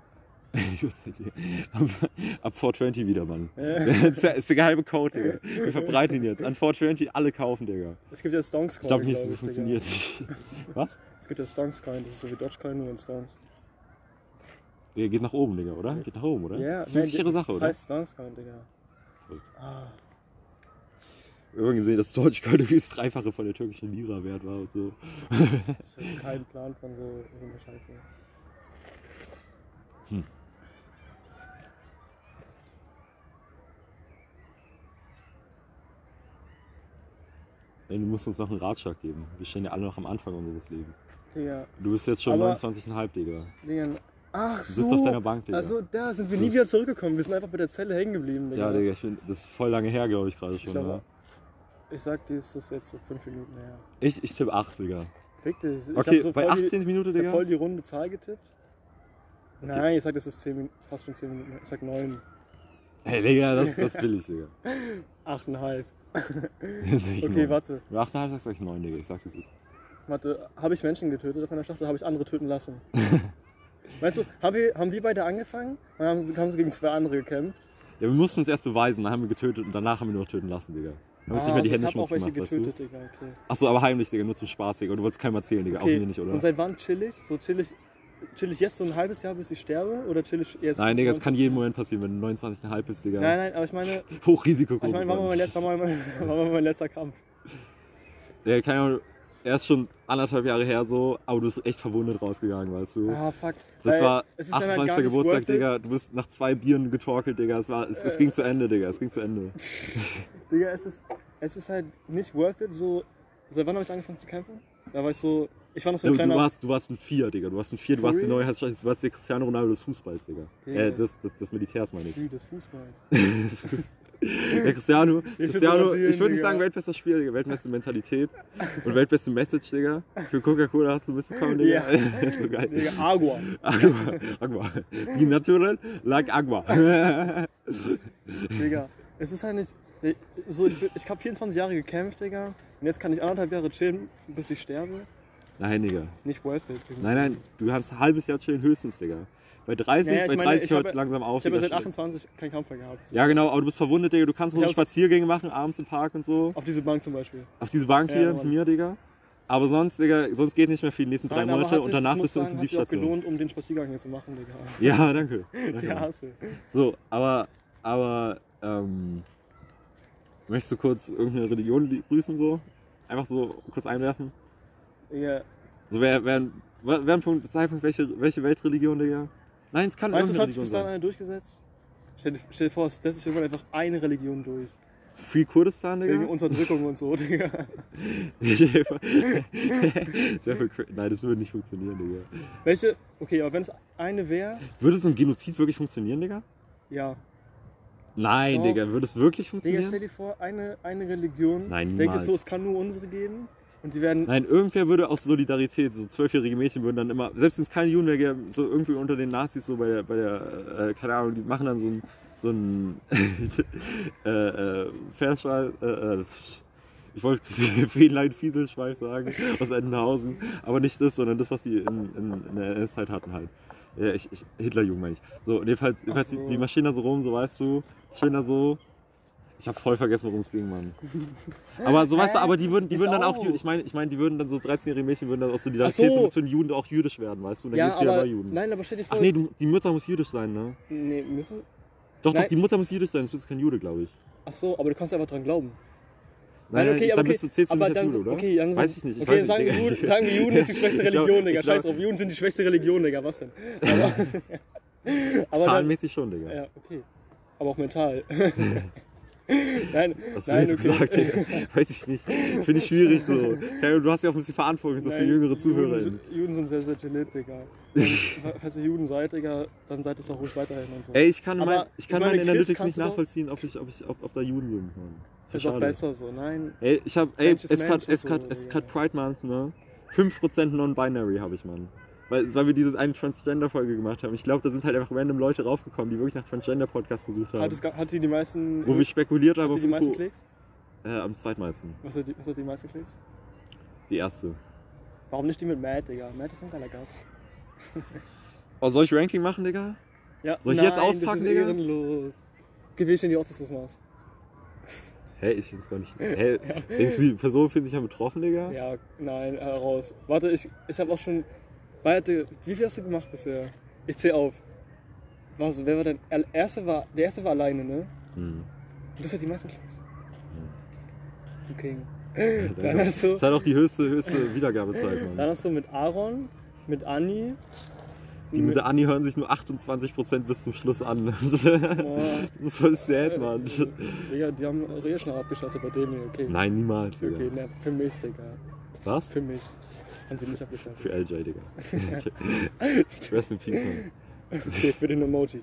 S1: ab, ab four twenty wieder, Mann. Ja. Das ist der, ist der geheime Code, Digga. Wir verbreiten ihn jetzt. An four twenty alle kaufen, Digga.
S2: Es gibt ja Stonks Coin.
S1: Ich glaube nicht, dass es so funktioniert.
S2: Was? Es gibt ja Stonks Coin, das ist so wie Dogecoin, nur in Stones.
S1: Der geht nach oben, Digga, oder? Geht nach oben, oder?
S2: Ja,
S1: das ist eine sichere Sache,
S2: das
S1: oder?
S2: Das heißt Stonks Coin, Digga. Ah.
S1: Wir haben gesehen, dass Dogecoin irgendwie das Dreifache von der türkischen Lira wert war und so.
S2: Ich habe keinen Plan von so, so einer Scheiße. Hm.
S1: Ey, du musst uns noch einen Ratschlag geben. Wir stehen ja alle noch am Anfang unseres Lebens.
S2: Digga.
S1: Du bist jetzt schon neunundzwanzig Komma fünf, Digga.
S2: Digga. Ach so.
S1: Du sitzt auf deiner Bank, Digga.
S2: Also da sind wir nie wieder zurückgekommen. Wir sind einfach bei der Zelle hängen geblieben, Digga.
S1: Ja, Digga, ich find, das ist voll lange her, glaube ich, gerade schon. Ich, glaub,
S2: ja. ich sag dir, ist das jetzt so fünf Minuten her.
S1: Ich, ich tippe acht, Digga.
S2: Fick dich. Ich
S1: okay,
S2: hab so
S1: bei achtzehn Minuten, Digga?
S2: Ich hab voll die runde Zahl getippt. Okay. Nein, ich sag, das ist zehn, fast schon zehn Minuten. Ich sag neun.
S1: Hey, Digga, das, das ist billig, Digga.
S2: acht Komma fünf. Okay, warte.
S1: Bei acht Komma fünf sagst du neun, Digga. Ich sag's, es ist.
S2: Warte, habe ich Menschen getötet auf einer Schlacht oder habe ich andere töten lassen? Weißt du, haben wir, haben wir beide angefangen und haben, haben sie gegen zwei andere gekämpft?
S1: Ja, wir mussten uns erst beweisen, dann haben wir getötet und danach haben wir nur noch töten lassen, Digga. Wir haben ah, nicht mehr die Hände schmutzig gemacht, weißt du? Digga, okay. Achso, aber heimlich, Digga, nur zum Spaß, Digga. Und du wolltest keinem erzählen, Digga, okay. Auch mir nicht, oder?
S2: Und seit wann chill ich? So chill ich, chill ich jetzt so ein halbes Jahr, bis ich sterbe? Oder chill ich jetzt...
S1: Nein, Digga, das kann jeden Moment passieren, wenn du neunundzwanzig Komma fünf bist, Digga.
S2: Nein, nein, aber ich meine...
S1: Hochrisiko.
S2: Ich meine, war mal mein letzter, war mal mein, war mal mein letzter Kampf.
S1: Ja, keine Ahnung. Er ist schon anderthalb Jahre her so, aber du bist echt verwundet rausgegangen, weißt du?
S2: Ah, fuck.
S1: Das Weil war achtundzwanzigster Geburtstag, Digga. Du bist nach zwei Bieren getorkelt, Digga. Es, war, es, es ging zu Ende, Digga. Es ging zu Ende.
S2: Digga, es ist, es ist halt nicht worth it, so... Seit wann habe ich angefangen zu kämpfen? Da war ich so... Ich war noch so ein
S1: du,
S2: kleiner...
S1: Du warst, du warst mit vier, Digga. Du warst mit vier, du warst die neue, du warst der Cristiano Ronaldo des Fußballs, Digga. Digga. Äh, des, des, des Militärs, meine ich.
S2: Des Fußballs.
S1: Der Cristiano, ich Cristiano, ich würde nicht sagen weltbester Spieler, Digga, weltbeste Mentalität und weltbeste Message, Digga. Für Coca-Cola hast du mitbekommen, Digga.
S2: Ja.
S1: So geil.
S2: Digga, Agua.
S1: Agua, Agua. Wie natural, like Agua.
S2: Digga, es ist halt nicht... So, ich, ich habe vierundzwanzig Jahre gekämpft, Digga. Und jetzt kann ich anderthalb Jahre chillen, bis ich sterbe.
S1: Nein, Digga.
S2: Nicht worth it. Digga.
S1: Nein, nein, du kannst ein halbes Jahr chillen höchstens, Digga. Bei dreißig,
S2: naja,
S1: bei
S2: meine,
S1: dreißig hört
S2: habe,
S1: langsam auf.
S2: Ich habe ja seit achtundzwanzig keinen Kampf mehr gehabt.
S1: Ja, genau, aber du bist verwundet, Digga. Du kannst noch so Spaziergänge machen, abends im Park und so.
S2: Auf diese Bank zum Beispiel.
S1: Auf diese Bank hier ja, mit mir, Digga. Aber sonst, Digga, sonst geht nicht mehr für die nächsten drei
S2: Nein,
S1: Monate und
S2: sich,
S1: danach bist du
S2: in Intensivstation. Hat sich auch gelohnt, um den Spaziergang hier zu machen, Digga.
S1: Ja, danke. danke.
S2: Der Hasse.
S1: So, aber, aber, ähm, möchtest du kurz irgendeine Religion grüßen, so? Einfach so kurz einwerfen?
S2: Ja.
S1: So, wer, wer, wer ein Punkt, Zeitpunkt, welche, welche Weltreligion, Digga? Nein, es kann
S2: Meinst du, es hat sich
S1: Religion
S2: bis dahin eine durchgesetzt? Stell dir, stell dir vor, es setzt sich irgendwann einfach eine Religion durch.
S1: Free Kurdistan, Digga?
S2: Wegen Unterdrückung und so, Digga.
S1: Sehr viel Nein, das würde nicht funktionieren, Digga.
S2: Welche? Okay, aber wenn es eine wäre...
S1: Würde so ein Genozid wirklich funktionieren, Digga?
S2: Ja.
S1: Nein, Doch. Digga, würde es wirklich funktionieren?
S2: Digga, stell dir vor, eine, eine Religion
S1: Nein,
S2: denkt es so, es kann nur unsere geben. Und die werden...
S1: Nein, irgendwer würde aus Solidarität, so zwölfjährige Mädchen würden dann immer, selbst wenn es keine Juden mehr gäbe, so irgendwie unter den Nazis, so bei der, bei der äh, keine Ahnung, die machen dann so ein, so ein äh, äh, Verschweif, äh, äh, ich wollte Fähnlein Fieselschweif sagen, aus Entenhausen, aber nicht das, sondern das, was sie in, in, in der N S-Zeit hatten halt. Ja, ich, ich, Hitlerjugend meine ich. So, und jedenfalls, jedenfalls so. die, die marschieren da so rum, so weißt du, stehen da so. Ich habe voll vergessen, worum es ging, Mann. Aber so weißt du, aber die würden, die würden dann auch, ich meine, ich meine, die würden dann so dreizehnjährige Mädchen würden dann aus Solidarität so. zu den Juden auch jüdisch werden, weißt du? Und dann
S2: ja,
S1: gibt's wieder
S2: aber,
S1: bei Juden.
S2: Nein, aber stell dir vor...
S1: Ach nee, du, die Mutter muss jüdisch sein, ne?
S2: Nee, müssen...
S1: Doch,
S2: nein.
S1: doch, die Mutter muss jüdisch sein, sonst bist du kein Jude, glaube ich.
S2: Ach so, aber du kannst einfach dran glauben.
S1: Nein, nein, okay,
S2: dann
S1: okay, bist du, zählst du
S2: aber
S1: nicht
S2: dann,
S1: als Jude, oder?
S2: Okay, dann
S1: weiß ich nicht. Ich
S2: okay,
S1: weiß
S2: sagen,
S1: nicht,
S2: wir Juden, sagen wir Juden ist die schwächste Religion, Digga. Scheiß drauf, Juden sind die schwächste Religion, Digga. Was denn? Aber,
S1: aber Zahlenmäßig
S2: dann,
S1: schon, Digga.
S2: Ja, okay. Aber auch mental. Nein,
S1: Hast du
S2: nein,
S1: jetzt
S2: okay.
S1: gesagt, Digga? Weiß ich nicht. Finde ich schwierig so. Ja, du hast ja auch ein bisschen Verantwortung so für
S2: Nein,
S1: jüngere ZuhörerInnen.
S2: Juden, Juden sind sehr, sehr gelit, Digga. Und falls ihr Juden seid, Digga, dann seid es auch ruhig weiterhin und so.
S1: Ey, ich kann,
S2: Aber
S1: mein, ich kann
S2: ich meine,
S1: meine
S2: Chris
S1: Analytics
S2: kannst
S1: nicht
S2: du doch-
S1: nachvollziehen, ob, ich, ob, ich, ob, ob da Juden sind, Mann. Das
S2: Ist
S1: ist
S2: auch
S1: schade.
S2: besser so, nein.
S1: Ey, ich hab, ey,
S2: Mensch
S1: es
S2: ist
S1: ist grad,
S2: Mensch
S1: es ist
S2: und
S1: grad,
S2: so,
S1: es ist
S2: Digga.
S1: grad Pride Month, ne? fünf Prozent Non-Binary habe ich, Mann. Weil, weil wir dieses eine Transgender-Folge gemacht haben. Ich glaube, da sind halt einfach random Leute raufgekommen, die wirklich nach Transgender-Podcasts gesucht haben.
S2: Hat, es, ga- hat sie die meisten,
S1: Wo wir spekuliert haben,
S2: hat
S1: auf
S2: sie die meisten
S1: Info-
S2: Klicks?
S1: äh, am zweitmeisten.
S2: Was hat, die, was hat die meisten Klicks?
S1: Die erste.
S2: Warum nicht die mit Matt, Digga? Matt ist so ein geiler Gast.
S1: Oh, soll ich Ranking machen, Digga?
S2: Ja,
S1: Soll ich
S2: nein,
S1: jetzt auspacken,
S2: das ist
S1: Digga?
S2: ehrenlos. Gewähl in die Ausrüstungsmaß.
S1: Hä, ich find's gar nicht. Hä, denkst du, die Person fühlt sich ja betroffen, Digga?
S2: Ja, nein, heraus. Warte, ich, ich habe auch schon. Warte, wie viel hast du gemacht bisher? Ich zähl auf. Was, wer war denn? Der erste war, der erste war alleine, ne?
S1: Hm.
S2: Und das hat die meisten Klicks. Okay.
S1: Dann
S2: Dann hast du,
S1: Das hat auch die höchste, höchste Wiedergabezeit, Mann.
S2: dann hast du mit Aaron, mit Anni.
S1: Die mit der Anni hören sich nur achtundzwanzig Prozent bis zum Schluss an.
S2: Boah,
S1: Das ist voll sad, Mann.
S2: Digga, die haben Rehe schnell abgeschottet bei dem hier, okay.
S1: Nein, niemals, Digga.
S2: Okay, ne, für mich, Digga.
S1: Was?
S2: Für mich. Haben sie nicht abgeschottet.
S1: Für L J, Digga. Rest in Peace, Mann.
S2: Okay, für den Emoji.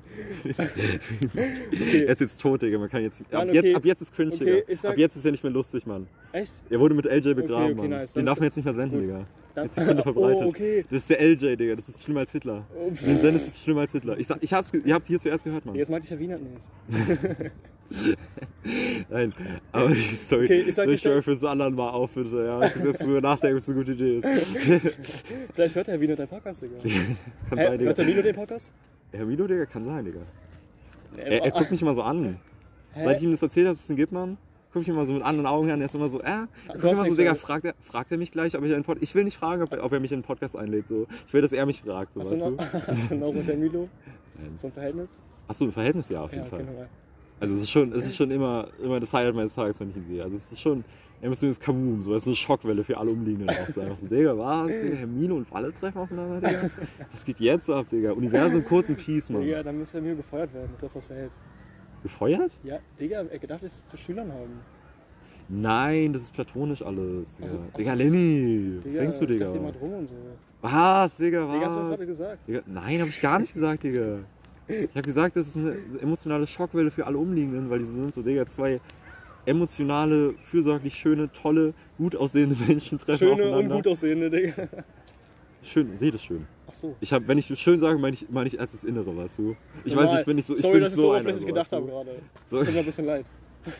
S1: Er ist jetzt tot, Digga. Man kann jetzt, ab,
S2: Mann, okay.
S1: jetzt, ab jetzt ist cringe,
S2: Okay,
S1: Digga.
S2: ich sag-
S1: Ab jetzt ist er nicht mehr lustig, Mann.
S2: Echt?
S1: Er wurde mit L J begraben,
S2: Okay, okay,
S1: Mann.
S2: nice.
S1: Den
S2: Dann
S1: darf
S2: ist-
S1: man jetzt nicht mehr senden,
S2: gut.
S1: Digga.
S2: Dann-
S1: Jetzt die Kunde verbreitet.
S2: Oh, okay.
S1: Das ist der L J, Digga. Das ist schlimmer als Hitler.
S2: Oh,
S1: Wenn du den sendest, bist du schlimmer als Hitler. Ich sag, ich hab's, ge- ihr habt's hier zuerst gehört, Mann.
S2: Jetzt meinte ich ja Wiener nicht.
S1: Nein, aber die Story,
S2: Okay, ich sag
S1: soll
S2: dir
S1: ich Story für uns anderen mal auf, bitte, ja. Ich muss jetzt drüber nachdenken, ob es eine gute Idee ist.
S2: Vielleicht hört der Wiener deinen Podcast, Digga.
S1: Das kann
S2: Hä,
S1: sein, Digga.
S2: hört der Wiener den Podcast?
S1: Herr Milo, Digga, kann sein, Digga.
S2: Nee,
S1: Er, er guckt mich immer so an.
S2: Hä?
S1: Seit ich ihm das erzählt habe, dass es den gibt, Mann, guck ich ihn immer so mit anderen Augen an. Er ist immer so, äh, er guckt
S2: Du hast
S1: immer so,
S2: nichts
S1: Digga,
S2: gehört.
S1: fragt er, fragt er mich gleich, ob ich einen Podcast. Ich will nicht fragen, ob er, ob er mich in einen Podcast einlädt. So. Ich will, dass er mich fragt, so,
S2: Hast du,
S1: weißt
S2: noch,
S1: du?
S2: hast du noch mit der Milo
S1: Nein.
S2: so ein Verhältnis?
S1: Achso, ein Verhältnis, ja, auf jeden
S2: Ja,
S1: Fall.
S2: genau.
S1: Also es ist schon, es ist schon immer, immer das Highlight meines Tages, wenn ich ihn sehe. Also es ist schon emotionales Kaboom, so, es ist eine Schockwelle für alle Umliegenden auch. So einfach so, Digga, was? Digga, Hermine und Walle treffen aufeinander, Digga? Was geht jetzt ab, Digga? Universum kurz in Peace, Mann.
S2: Digga, dann müsste der Milo gefeuert werden, das ist doch was
S1: Gefeuert?
S2: Ja, Digga, er gedacht, dass zu Schülern haben.
S1: Nein, das ist platonisch alles, Digga.
S2: Also,
S1: Digga,
S2: ach,
S1: Lenny, was
S2: Digga,
S1: denkst du,
S2: ich
S1: Digga?
S2: dachte immer drum und so.
S1: Was, Digga, was?
S2: Digga, hast du doch gerade gesagt.
S1: Digga, nein, hab ich gar nicht gesagt, Digga. Ich hab gesagt, das ist eine emotionale Schockwelle für alle Umliegenden, weil die sind so, Digga, zwei emotionale, fürsorglich schöne, tolle, gut aussehende Menschen treffen
S2: Schöne und
S1: aufeinander.
S2: gut aussehende, Digga.
S1: Schön, seht es schön.
S2: Ach so.
S1: Ich hab, wenn ich schön sage, meine ich, meine ich erst das Innere, weißt du? Ich weiß nicht, wenn ich so, ich
S2: Sorry,
S1: bin
S2: dass
S1: nicht
S2: ich
S1: so
S2: so
S1: einer,
S2: oberflächlich
S1: so,
S2: gedacht
S1: weißt du?
S2: habe gerade.
S1: So.
S2: Das tut mir ein bisschen leid.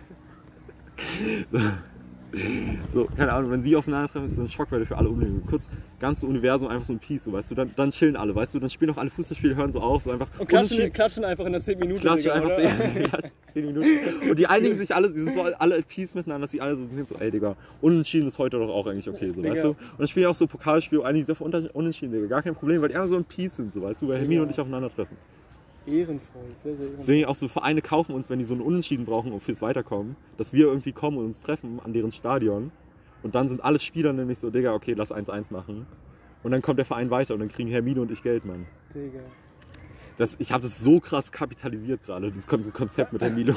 S1: So, keine Ahnung, wenn sie aufeinandertreffen, ist so eine Schockwelle für alle Umliegenden. Kurz, ganze Universum einfach so ein Peace, so, weißt du, dann, dann chillen alle, weißt du, dann spielen auch alle Fußballspiele, hören so auf, so einfach.
S2: Und klatschen,
S1: unentschieden-
S2: klatschen einfach in der zehn Minuten,
S1: klatschen
S2: Digga,
S1: einfach
S2: oder?
S1: ja, zehn Minuten. Und die einigen sich alle, sie sind so alle at peace miteinander, dass sie alle so sind, so, ey Digga, unentschieden ist heute doch auch eigentlich okay, so,
S2: Digga.
S1: weißt du. Und dann spielen auch so Pokalspiele, einigen sich auf unter- unentschieden, Digga, gar kein Problem, weil die einfach so ein Peace sind, so, weißt du, weil Hermine
S2: Digga.
S1: und ich aufeinandertreffen.
S2: Ehrenvoll, sehr, sehr ehrenvoll.
S1: Deswegen auch so Vereine kaufen uns, wenn die so einen Unentschieden brauchen um fürs Weiterkommen, dass wir irgendwie kommen und uns treffen an deren Stadion. Und dann sind alle Spieler nämlich so, Digga, okay, lass eins eins machen. Und dann kommt der Verein weiter und dann kriegen Hermine und ich Geld, Mann.
S2: Digga.
S1: Das, ich habe das so krass kapitalisiert gerade, das Kon- so Konzept mit Hermine.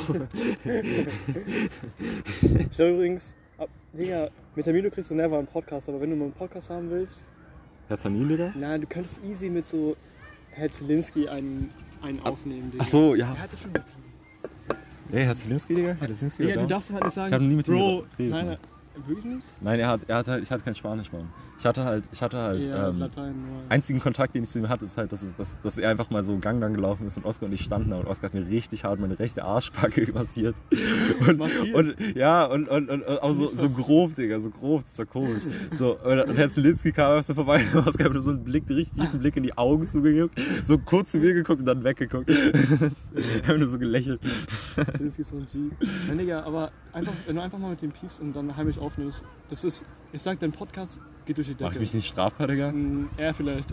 S2: Ich glaube übrigens, ab, Digga, mit der Milo kriegst du never einen Podcast, aber wenn du mal einen Podcast haben willst,
S1: Herr Zanin, Digga?
S2: nein, du könntest easy mit so Herr Zielinski einen, einen aufnehmen, Digga.
S1: Ach so, ja.
S2: Er hatte schon
S1: Hey, Herr Zielinski, Digga? Herr Zielinski,
S2: Digga,
S1: oder?
S2: du darfst halt nicht sagen,
S1: Ich hab nie mit ihm
S2: Bro,
S1: geredet,
S2: nein,
S1: Mann.
S2: wirklich nicht?
S1: Nein, er hat, er hat halt, ich hatte kein Spanisch, Mann. Ich hatte halt, ich hatte halt,
S2: Ja,
S1: ähm,
S2: Latein nur.
S1: einzigen Kontakt, den ich zu ihm hatte, ist halt, dass, es, dass, dass er einfach mal so einen Gang lang gelaufen ist und Oskar und ich standen da und Oskar hat mir richtig hart meine rechte Arschbacke massiert. Und,
S2: Massiert?
S1: und ja, und, und, und, und auch so, so grob, Digga, so grob, das war komisch. So, und, und Herr Zielinski kam einfach so vorbei und Oskar hat mir so einen Blick, einen richtig tiefen Blick in die Augen zugeguckt, so kurz zu mir geguckt und dann weggeguckt. Ich habe nur so gelächelt.
S2: Zielinski ist so ein G. Nein, Digga, aber einfach, wenn du einfach mal mit dem piefst und dann heimlich aufnimmst, das ist, ich sag, dein Podcast geht durch die Decke.
S1: Mach ich mich nicht strafbar, Digga?
S2: Mm, Er vielleicht.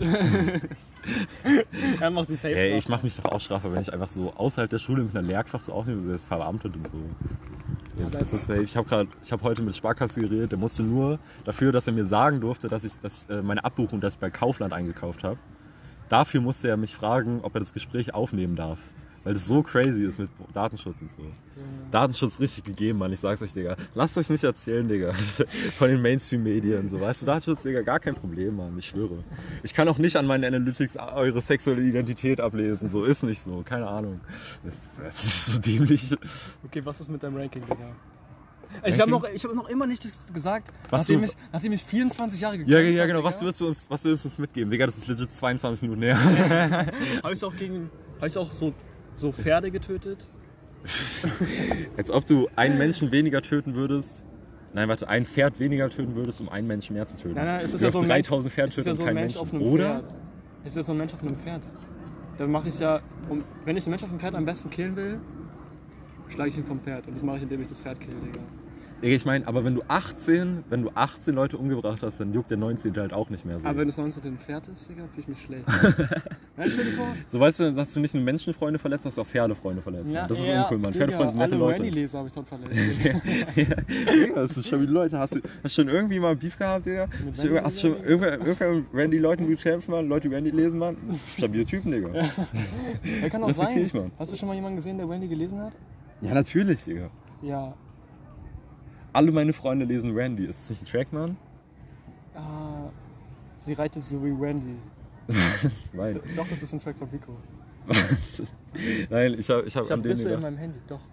S2: Er macht sich safe
S1: Ey,
S2: drauf.
S1: ich mach mich doch auch strafbar, wenn ich einfach so außerhalb der Schule mit einer Lehrkraft so aufnehme, so ist verbeamtet und so. Ja, das ist das, ey, ich habe gerade, ich habe heute mit Sparkasse geredet, der musste nur dafür, dass er mir sagen durfte, dass ich dass, äh, meine Abbuchung, das ich bei Kaufland eingekauft habe, dafür musste er mich fragen, ob er das Gespräch aufnehmen darf. Weil das so crazy ist mit Datenschutz und so. Ja. Datenschutz richtig gegeben, Mann. Ich sag's euch, Digga. Lasst euch nicht erzählen, Digga. Von den Mainstream-Medien und so. Weißt du, Datenschutz, Digga, gar kein Problem, Mann. Ich schwöre. Ich kann auch nicht an meinen Analytics eure sexuelle Identität ablesen. So ist nicht so. Keine Ahnung. Das ist, das ist so dämlich.
S2: Okay, was ist mit deinem Ranking, Digga? Ich habe noch, ich hab noch immer nicht gesagt, was nachdem, du, ich, nachdem ich vierundzwanzig Jahre gekämpft habe.
S1: Ja, ja, genau. Digga. Was wirst du uns, was wirst du uns mitgeben? Digga, das ist legit zweiundzwanzig Minuten her.
S2: Habe ich auch gegen, habe ich auch so, so Pferde getötet?
S1: Als ob du einen Menschen weniger töten würdest. Nein, warte, ein Pferd weniger töten würdest, um einen Menschen mehr zu töten.
S2: Nein, nein, es ist
S1: du
S2: ja so ein
S1: dreitausend Pferde töten
S2: ja so
S1: und keinen
S2: Mensch
S1: Menschen.
S2: Auf einem
S1: Oder?
S2: Pferd. Es ist ja so ein Mensch auf einem Pferd. Dann mache ich ja, um, wenn ich einen Mensch auf dem Pferd am besten killen will, schlage ich ihn vom Pferd. Und das mache ich, indem ich das Pferd kill, Digga.
S1: Ich meine, aber wenn du achtzehn, wenn du achtzehn Leute umgebracht hast, dann juckt der neunzehnte halt auch nicht mehr so.
S2: Aber wenn das neunzehnte ein Pferd ist, Digga, fühle ich mich schlecht. Nein, stell dir vor.
S1: So, weißt du, hast du nicht nur Menschenfreunde verletzt, hast du auch Pferdefreunde verletzt.
S2: Ja,
S1: das ist
S2: ja,
S1: uncool, Mann.
S2: Digga,
S1: Pferdefreunde sind nette
S2: alle
S1: Leute.
S2: Randy-Leser habe ich dort verletzt.
S1: Ja, das ist schon wie Leute. Hast du, hast du schon irgendwie mal Beef gehabt, Digga? Hast du, hast du schon irgendwann Randy-Leuten gekämpft, Mann? Leute, die Randy lesen, Mann? Stabile Typen, Digga.
S2: Ja. Ja, kann auch
S1: das
S2: sein.
S1: Ich, Mann.
S2: Hast du schon mal jemanden gesehen, der Randy gelesen hat?
S1: Ja, natürlich, Digga.
S2: Ja.
S1: Alle meine Freunde lesen Randy. Ist das nicht ein Track, Mann?
S2: Ah, sie reitet so wie Randy.
S1: Nein.
S2: Doch, das ist ein Track von Vico.
S1: Nein, ich habe ich hab
S2: ich hab Risse in meinem Handy, doch.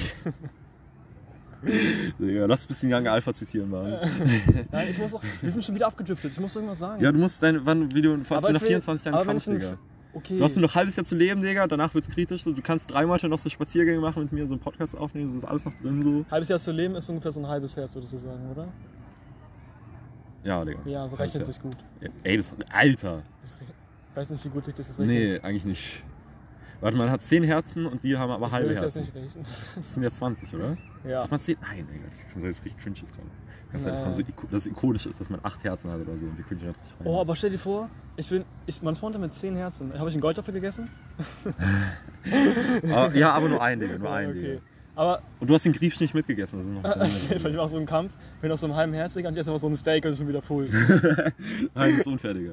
S1: Digga, lass ein bisschen Young Alpha zitieren, Mann.
S2: Nein, ich muss doch, wir sind schon wieder abgedriftet, ich muss irgendwas sagen.
S1: Ja, du musst dein, wann, wie du fast nach vierundzwanzig Jahren kannst, Digga.
S2: Okay.
S1: Du hast nur noch ein halbes Jahr zu leben, Digga, danach wird's kritisch. Du kannst drei Monate noch so Spaziergänge machen mit mir, so einen Podcast aufnehmen, so ist alles noch drin so.
S2: Halbes Jahr zu leben ist ungefähr so ein halbes Herz, würdest du sagen, oder?
S1: Ja, Digga.
S2: Ja, berechnet sich gut.
S1: Ja, ey, das, Alter.
S2: Das, ich weiß nicht, wie gut sich das jetzt rechnet.
S1: Nee, eigentlich nicht. Warte, man hat zehn Herzen und die haben aber
S2: das
S1: halbe
S2: Herzen. Das
S1: Herzen.
S2: nicht rechnen.
S1: Das sind ja zwanzig, oder?
S2: Ja.
S1: Hat man zehn? Nein, Digga, das kann sein, dass es richtig cringe ist gerade. Kann sein, dass man so dass es ikonisch ist, dass man acht Herzen hat oder so und die können nicht rein.
S2: Oh, aber stell dir vor, ich bin, ich, man spawnte mit zehn Herzen. Habe ich einen Goldapfel gegessen?
S1: aber, ja, aber nur ein, Digga, nur ein,
S2: okay.
S1: Digga.
S2: Aber
S1: und du hast den Griebsch nicht mitgegessen, das ist noch
S2: ich mache so einen Kampf, bin auf so einem halben Herz und ich esse einfach so ein Steak und ich bin wieder full.
S1: Nein, das ist unfair, Digga.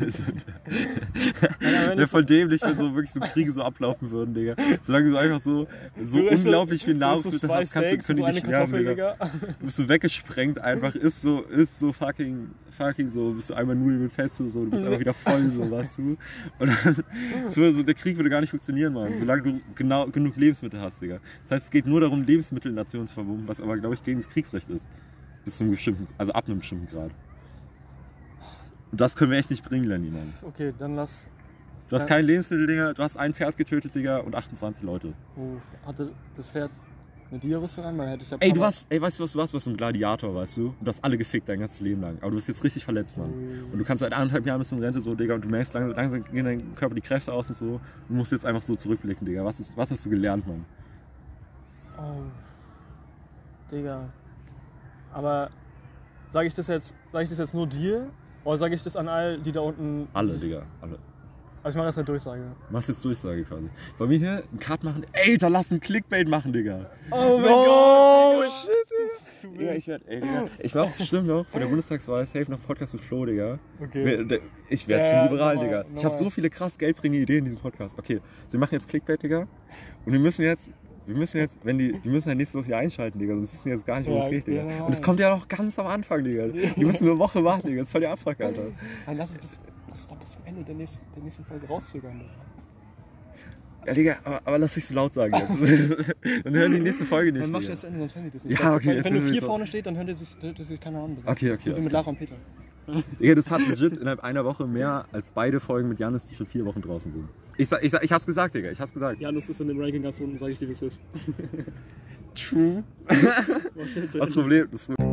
S1: Wäre voll dämlich, wenn so wirklich so Kriege so ablaufen würden, Digga. Solange du einfach so, so unglaublich viel Nahrungsmittel hast, kannst du, können die nicht sterben, Digga. Du bist so weggesprengt einfach, ist so, ist so fucking, fucking so, bist du einmal Nudeln mit Pesto, so, du bist einfach wieder voll, so, weißt du. Und dann, so, so, der Krieg würde gar nicht funktionieren, Mann, solange du genau, genug Lebensmittel hast, Digga. Das heißt, es geht nur darum, Lebensmittel nationsverbunden, was aber, glaube ich, gegen das Kriegsrecht ist. Bis zu einem bestimmten, also ab einem bestimmten Grad. Und das können wir echt nicht bringen, Lenny, Mann.
S2: Okay, dann lass...
S1: Du hast kein Lebensmittel, Digga, du hast ein Pferd getötet, Digga, und achtundzwanzig Leute.
S2: Oh, hatte das Pferd eine Dia-Rüstung an? Weil hätte ich ja
S1: ey, du warst, ey, weißt du, was du warst? Du warst so ein Gladiator, weißt du? Und du hast alle gefickt dein ganzes Leben lang. Aber du bist jetzt richtig verletzt, Mann.
S2: Oh.
S1: Und du kannst seit anderthalb Jahren bis in Rente so, Digga, und du merkst, langsam, langsam gehen dein Körper die Kräfte aus und so. Du musst jetzt einfach so zurückblicken, Digga. Was, ist, was hast du gelernt, Mann?
S2: Oh. Digga. Aber sage ich das jetzt, sage ich das jetzt nur dir? Oder sage ich das an all, die da unten...
S1: Alle, Digga, alle.
S2: Also ich mache das eine Durchsage.
S1: Du machst jetzt Durchsage quasi. Wollen wir hier einen Cut machen? Ey, da lass einen Clickbait machen, Digga.
S2: Oh mein
S1: oh,
S2: Gott!
S1: Shit, Digga. Digga, ich werd, ey, Digga. Ich war auch bestimmt noch von der Bundestagswahl safe noch Podcast mit Flo, Digga.
S2: Okay.
S1: Ich werd
S2: ja,
S1: zum Liberalen,
S2: normal,
S1: Digga.
S2: normal.
S1: Ich habe so viele krass geldbringende Ideen in diesem Podcast. Okay, so wir machen jetzt Clickbait, Digga. Und wir müssen jetzt... Wir müssen jetzt, wenn die, die müssen ja nächste Woche hier einschalten, Digga, sonst wissen die jetzt gar nicht, worum es
S2: ja,
S1: geht, Digga.
S2: Ja,
S1: und es kommt ja noch ganz am Anfang, Digga. Die müssen eine Woche warten, Digga. Das ist voll der Abfuck, Alter.
S2: Nein, lass es bis, lass es dann bis zum Ende der nächsten, der nächsten Folge rauszögern, Digga.
S1: Ja, Digga, aber, aber lass dich so laut sagen jetzt. Dann hören die die nächste Folge nicht.
S2: Dann mach ich
S1: Digga.
S2: das Ende, sonst hören die das nicht.
S1: Ja, okay.
S2: Wenn, wenn nur vier
S1: so.
S2: vorne steht, dann hören die sich, hört die sich keine Ahnung.
S1: Okay, okay.
S2: So wie mit Lara und Peter.
S1: Digga, das hat legit innerhalb einer Woche mehr als beide Folgen mit Janis, die schon vier Wochen draußen sind. Ich, sag, ich, sag, ich hab's gesagt, Digga, ich hab's gesagt.
S2: Janus ist in dem Ranking ganz unten, sag ich dir, wie es ist.
S1: True. Was das Problem? Das Problem